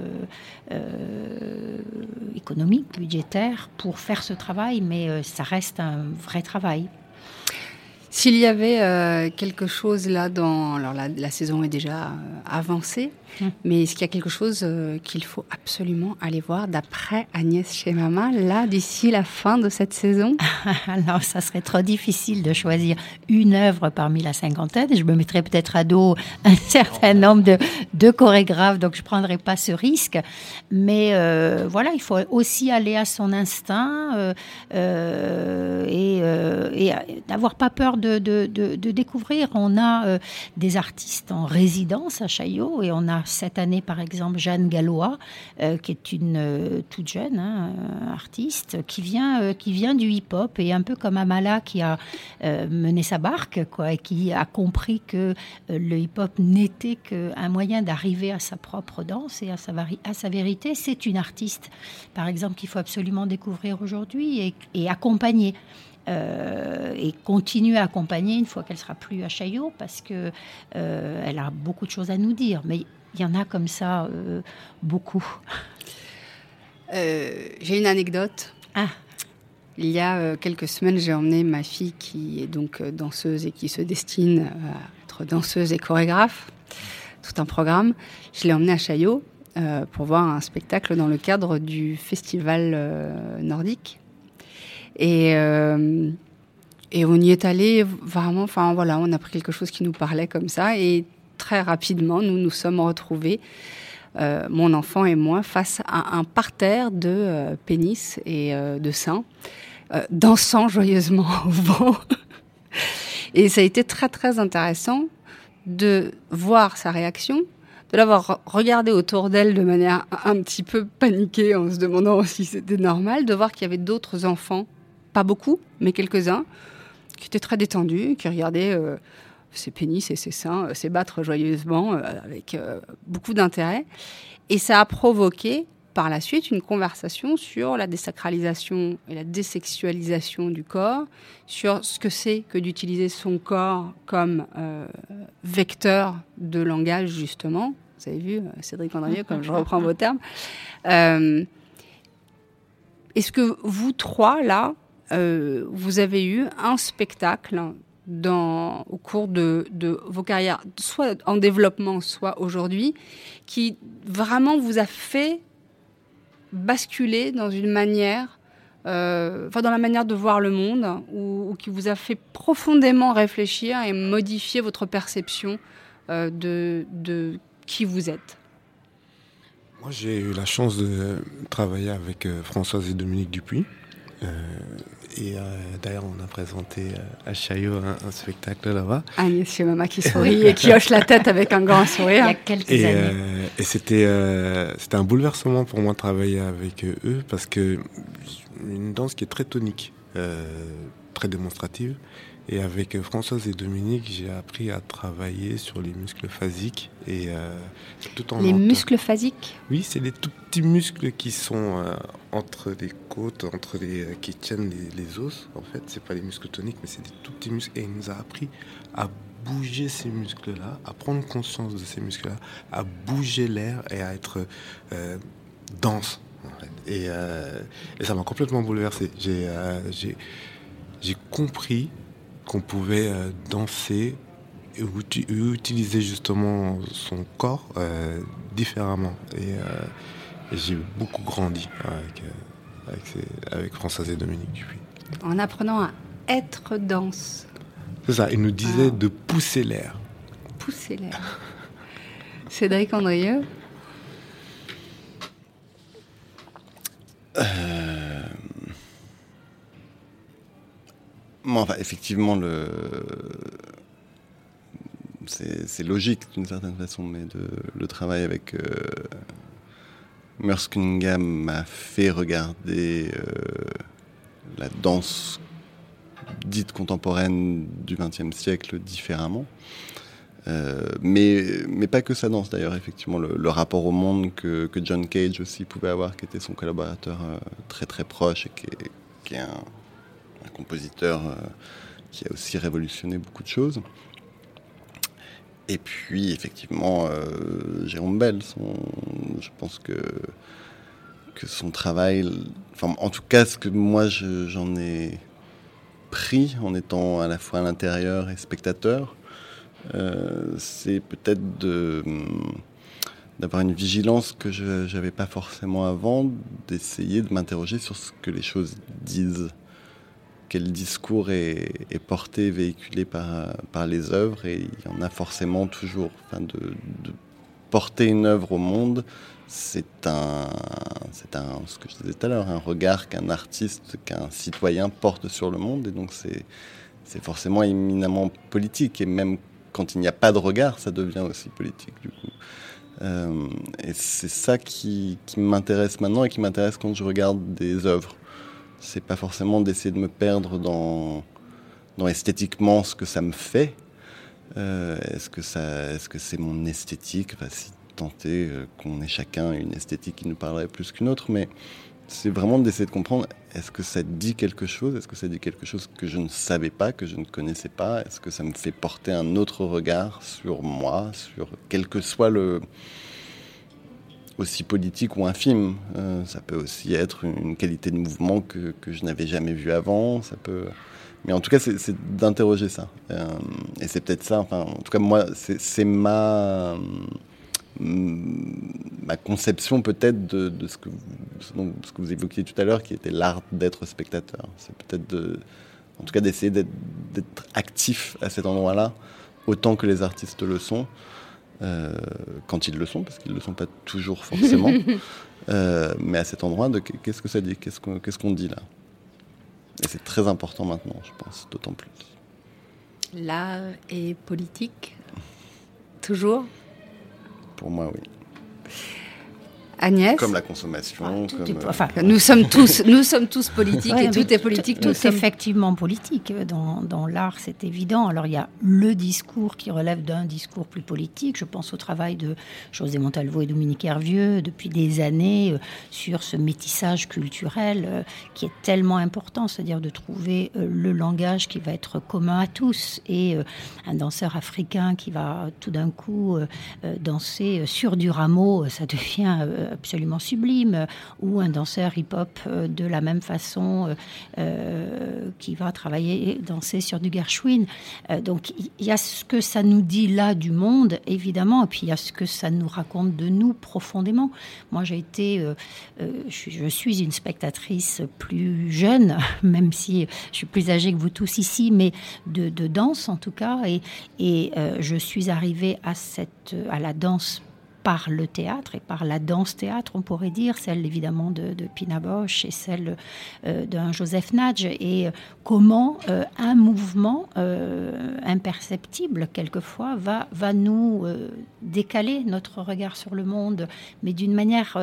économiques, budgétaires, pour faire ce travail, mais ça reste un vrai travail. S'il y avait quelque chose là alors la saison est déjà avancée, mais est-ce qu'il y a quelque chose qu'il faut absolument aller voir d'après Agnès chez Mama, là, d'ici la fin de cette saison? Alors, ça serait trop difficile de choisir une œuvre parmi la 50aine. Je me mettrais peut-être à dos un certain nombre de chorégraphes, donc je ne prendrais pas ce risque. Mais voilà, il faut aussi aller à son instinct et n'avoir pas peur de découvrir. On a des artistes en résidence à Chaillot et on a cette année, par exemple, Jeanne Gallois, qui est une toute jeune artiste, qui vient du hip-hop, et un peu comme Amala qui a mené sa barque, et qui a compris que le hip-hop n'était qu'un moyen d'arriver à sa propre danse et à sa vérité. C'est une artiste, par exemple, qu'il faut absolument découvrir aujourd'hui et accompagner. Et continuer à accompagner une fois qu'elle sera plus à Chaillot, parce que elle a beaucoup de choses à nous dire. Mais il y en a comme ça beaucoup. J'ai une anecdote. Il y a quelques semaines, j'ai emmené ma fille qui est donc danseuse et qui se destine à être danseuse et chorégraphe. Tout un programme. Je l'ai emmenée à Chaillot pour voir un spectacle dans le cadre du festival nordique. Et on y est allé vraiment, on a pris quelque chose qui nous parlait comme ça. Et très rapidement, nous sommes retrouvés, mon enfant et moi, face à un parterre de pénis et de seins, dansant joyeusement au vent. Et ça a été très, très intéressant de voir sa réaction, de l'avoir regardé autour d'elle de manière un petit peu paniquée en se demandant si c'était normal, de voir qu'il y avait d'autres enfants, pas beaucoup, mais quelques-uns, qui étaient très détendus, qui regardaient ses pénis et ses seins s'ébattre joyeusement avec beaucoup d'intérêt. Et ça a provoqué par la suite une conversation sur la désacralisation et la désexualisation du corps, sur ce que c'est que d'utiliser son corps comme vecteur de langage, justement. Vous avez vu, Cédric Andrieux, comme je reprends vos termes. Est-ce que vous trois, là, vous avez eu un spectacle au cours de vos carrières, soit en développement, soit aujourd'hui, qui vraiment vous a fait basculer dans une manière, dans la manière de voir le monde, ou qui vous a fait profondément réfléchir et modifier votre perception de qui vous êtes? Moi, j'ai eu la chance de travailler avec Françoise et Dominique Dupuis. D'ailleurs, on a présenté à Chaillot un spectacle là-bas. Agnès Maman qui sourit et qui hoche la tête avec un grand sourire. Il y a quelques années. Et c'était un bouleversement pour moi de travailler avec eux, parce que une danse qui est très tonique, très démonstrative. Et avec Françoise et Dominique, j'ai appris à travailler sur les muscles phasiques. Et, tout en muscles phasiques ? Oui, c'est les tout petits muscles qui sont entre les côtes, qui tiennent les os. En fait, c'est pas les muscles toniques, mais c'est des tout petits muscles. Et il nous a appris à bouger ces muscles-là, à prendre conscience de ces muscles-là, à bouger l'air et à être dense. En fait. Et ça m'a complètement bouleversé. J'ai compris qu'on pouvait danser et utiliser justement son corps différemment. Et j'ai beaucoup grandi avec Françoise et Dominique Dupuis. En apprenant à être dense. C'est ça, ils nous disaient de pousser l'air. Pousser l'air. Cédric Andrieux. Enfin, effectivement, c'est logique d'une certaine façon, mais le travail avec Merce Cunningham m'a fait regarder la danse dite contemporaine du XXe siècle différemment. Mais pas que sa danse d'ailleurs, effectivement, le rapport au monde que John Cage aussi pouvait avoir, qui était son collaborateur très très proche et qui est un compositeur qui a aussi révolutionné beaucoup de choses. Et puis, effectivement, Jérôme Bel, je pense que son travail, enfin, en tout cas, ce que moi j'en ai pris en étant à la fois à l'intérieur et spectateur, c'est peut-être d'avoir une vigilance que je n'avais pas forcément avant, d'essayer de m'interroger sur ce que les choses disent. Quel discours est porté, véhiculé par les œuvres, et il y en a forcément toujours. Enfin, de porter une œuvre au monde, c'est ce que je disais tout à l'heure, un regard qu'un artiste, qu'un citoyen porte sur le monde, et donc c'est forcément éminemment politique, et même quand il n'y a pas de regard, ça devient aussi politique du coup. Et c'est ça qui m'intéresse maintenant, et qui m'intéresse quand je regarde des œuvres. C'est pas forcément d'essayer de me perdre dans esthétiquement ce que ça me fait. Est-ce que c'est mon esthétique, enfin, si tant est qu'on ait chacun une esthétique qui nous parlerait plus qu'une autre, mais c'est vraiment d'essayer de comprendre, est-ce que ça dit quelque chose ? Est-ce que ça dit quelque chose que je ne savais pas, que je ne connaissais pas ? Est-ce que ça me fait porter un autre regard sur moi, sur quel que soit aussi politique ou infime. Ça peut aussi être une qualité de mouvement que je n'avais jamais vue avant. Mais en tout cas, c'est d'interroger ça. Et c'est peut-être ça, enfin, en tout cas, moi, c'est ma conception peut-être de ce que ce que vous évoquiez tout à l'heure, qui était l'art d'être spectateur. C'est peut-être en tout cas d'essayer d'être actif à cet endroit-là, autant que les artistes le sont, quand ils le sont, parce qu'ils ne le sont pas toujours forcément. Mais à cet endroit, qu'est-ce que ça dit, qu'est-ce qu'on dit là? Et c'est très important maintenant, je pense, d'autant plus. L'art est politique, toujours? Pour moi, oui. Agnès? Comme la consommation. Nous sommes tous politiques, et tout est politique. Tout est effectivement politique. Dans l'art, c'est évident. Alors, il y a le discours qui relève d'un discours plus politique. Je pense au travail de José Montalvo et Dominique Hervieux depuis des années sur ce métissage culturel qui est tellement important, c'est-à-dire de trouver le langage qui va être commun à tous. Et un danseur africain qui va tout d'un coup danser sur du rameau, ça devient absolument sublime, ou un danseur hip-hop de la même façon qui va travailler et danser sur du Gershwin. Donc il y a ce que ça nous dit là du monde, évidemment, et puis il y a ce que ça nous raconte de nous profondément. Moi j'ai été, je suis une spectatrice plus jeune, même si je suis plus âgée que vous tous ici, mais de danse en tout cas, et je suis arrivée à la danse par le théâtre et par la danse-théâtre, on pourrait dire, celle évidemment de Pina Bausch et celle d'un Joseph Nagy, et comment un mouvement imperceptible quelquefois va nous décaler notre regard sur le monde, mais d'une manière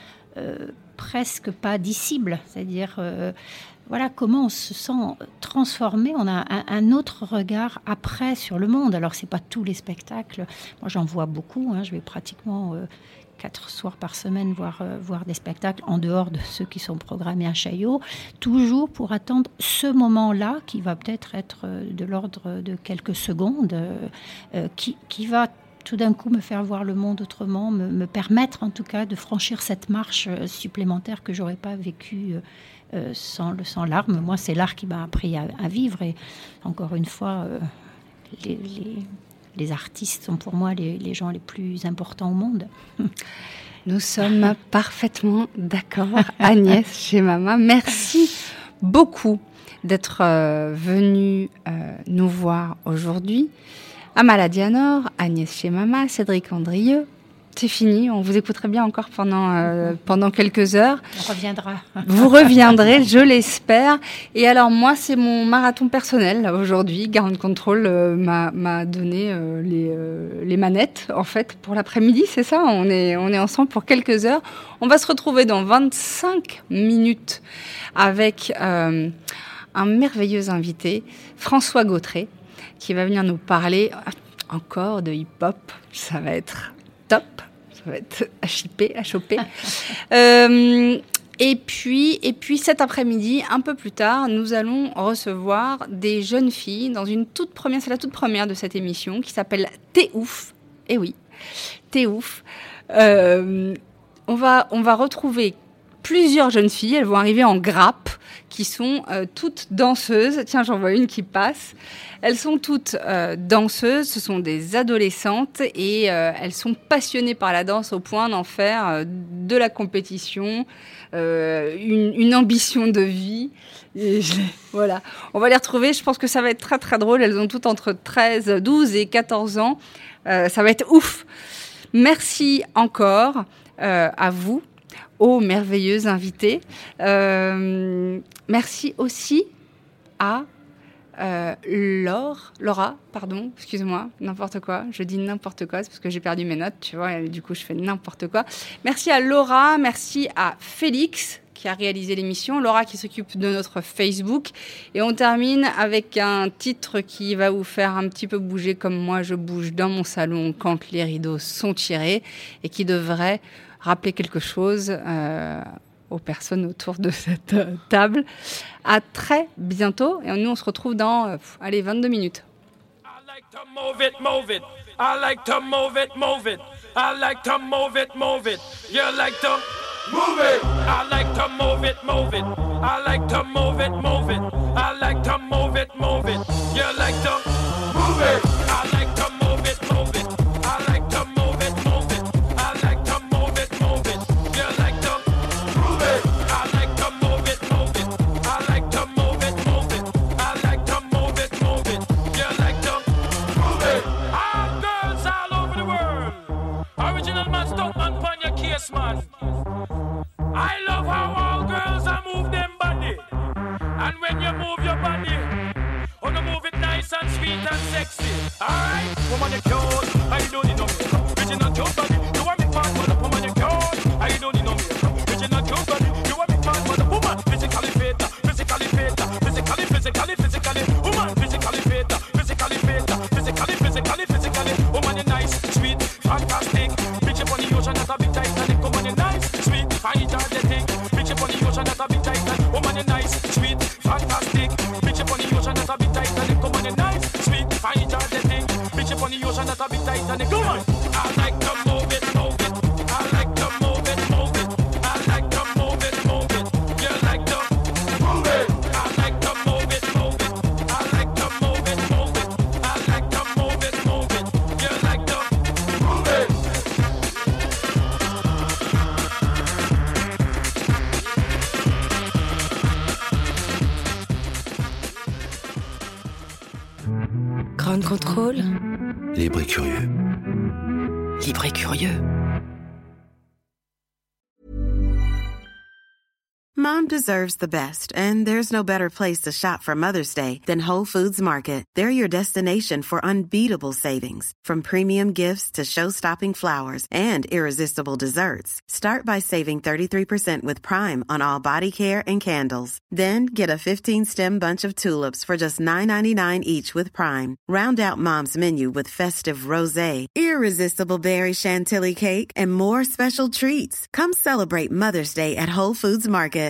presque pas dissible, c'est-à-dire voilà comment on se sent transformé, on a un autre regard après sur le monde. Alors c'est pas tous les spectacles, moi j'en vois beaucoup, je vais pratiquement 4 soirs par semaine voir des spectacles en dehors de ceux qui sont programmés à Chaillot, toujours pour attendre ce moment-là qui va peut-être être de l'ordre de quelques secondes, qui va tout d'un coup me faire voir le monde autrement, me permettre en tout cas de franchir cette marche supplémentaire que j'aurais pas vécue sans l'art. Moi, c'est l'art qui m'a appris à vivre, et encore une fois, les artistes sont pour moi les gens les plus importants au monde. Nous sommes parfaitement d'accord, Agnès Chemama. Merci beaucoup d'être venue nous voir aujourd'hui. Amala Dianor, Agnès Chemama, Cédric Andrieux. C'est fini, on vous écouterait bien encore pendant quelques heures. On reviendra. Vous reviendrez, je l'espère. Et alors moi, c'est mon marathon personnel là, aujourd'hui. Ground Control m'a donné les manettes en fait pour l'après-midi, c'est ça. On est ensemble pour quelques heures. On va se retrouver dans 25 minutes avec un merveilleux invité, François Gautré, qui va venir nous parler encore de hip-hop. Ça va être top, ça va être à chipper, à choper. Et puis cet après-midi, un peu plus tard, nous allons recevoir des jeunes filles dans c'est la toute première de cette émission qui s'appelle T'es ouf. Eh oui, T'es ouf. On va retrouver plusieurs jeunes filles, elles vont arriver en grappe, qui sont toutes danseuses. Tiens, j'en vois une qui passe. Elles sont toutes danseuses, ce sont des adolescentes et elles sont passionnées par la danse au point d'en faire de la compétition, une ambition de vie. Et voilà, on va les retrouver, je pense que ça va être très très drôle. Elles ont toutes entre 12 et 14 ans. Ça va être ouf. Merci encore à vous, aux merveilleux invités. Merci aussi à Laura, pardon, excusez-moi, n'importe quoi, je dis n'importe quoi, c'est parce que j'ai perdu mes notes, tu vois, et du coup je fais n'importe quoi. Merci à Laura, merci à Félix qui a réalisé l'émission, Laura qui s'occupe de notre Facebook, et on termine avec un titre qui va vous faire un petit peu bouger comme moi je bouge dans mon salon quand les rideaux sont tirés, et qui devrait rappeler quelque chose aux personnes autour de cette table. À très bientôt. Et nous, on se retrouve dans, 22 minutes. I like to move it, move it. I like to move it, move it. I like to move it, move it. You like to move it. I like to move it, move it. I like to move it, move it. I like to move it, move it. You like to move it. I like to move it, move it. I like to move it, move it. I like to move it, move it. You like to move it. fine, woman you cute. I don't need no makeup, original cute body. You want me fat, but woman you cute. I don't need no makeup, original cute body. You want me fat, but woman physically fit, physically fit, physically. Woman physically fit, physically fit, physically. Woman you nice, sweet, fantastic. Bitch up on the ocean, not a big Titanic. Woman you nice, sweet, fine, energetic. Bitch up on the ocean, not a big Titanic. Woman you nice, sweet, fantastic. Bitch up on the ocean, not a big Titanic. Woman you nice, sweet, fine, energetic. Bitch up on the ocean, not a big Titanic. Come on, I like to move it, move it. I like to move it, move it. I like to move it, move it. You like to move it. I like to move it, move it. I like to move it, move it. I like to move it, move it. You like to move it. Ground Control. Libre et curieux. Libre et curieux. Mom deserves the best, and there's no better place to shop for Mother's Day than Whole Foods Market. They're your destination for unbeatable savings, from premium gifts to show-stopping flowers and irresistible desserts. Start by saving 33% with Prime on all body care and candles. Then get a 15-stem bunch of tulips for just $9.99 each with Prime. Round out Mom's menu with festive rosé, irresistible berry chantilly cake, and more special treats. Come celebrate Mother's Day at Whole Foods Market.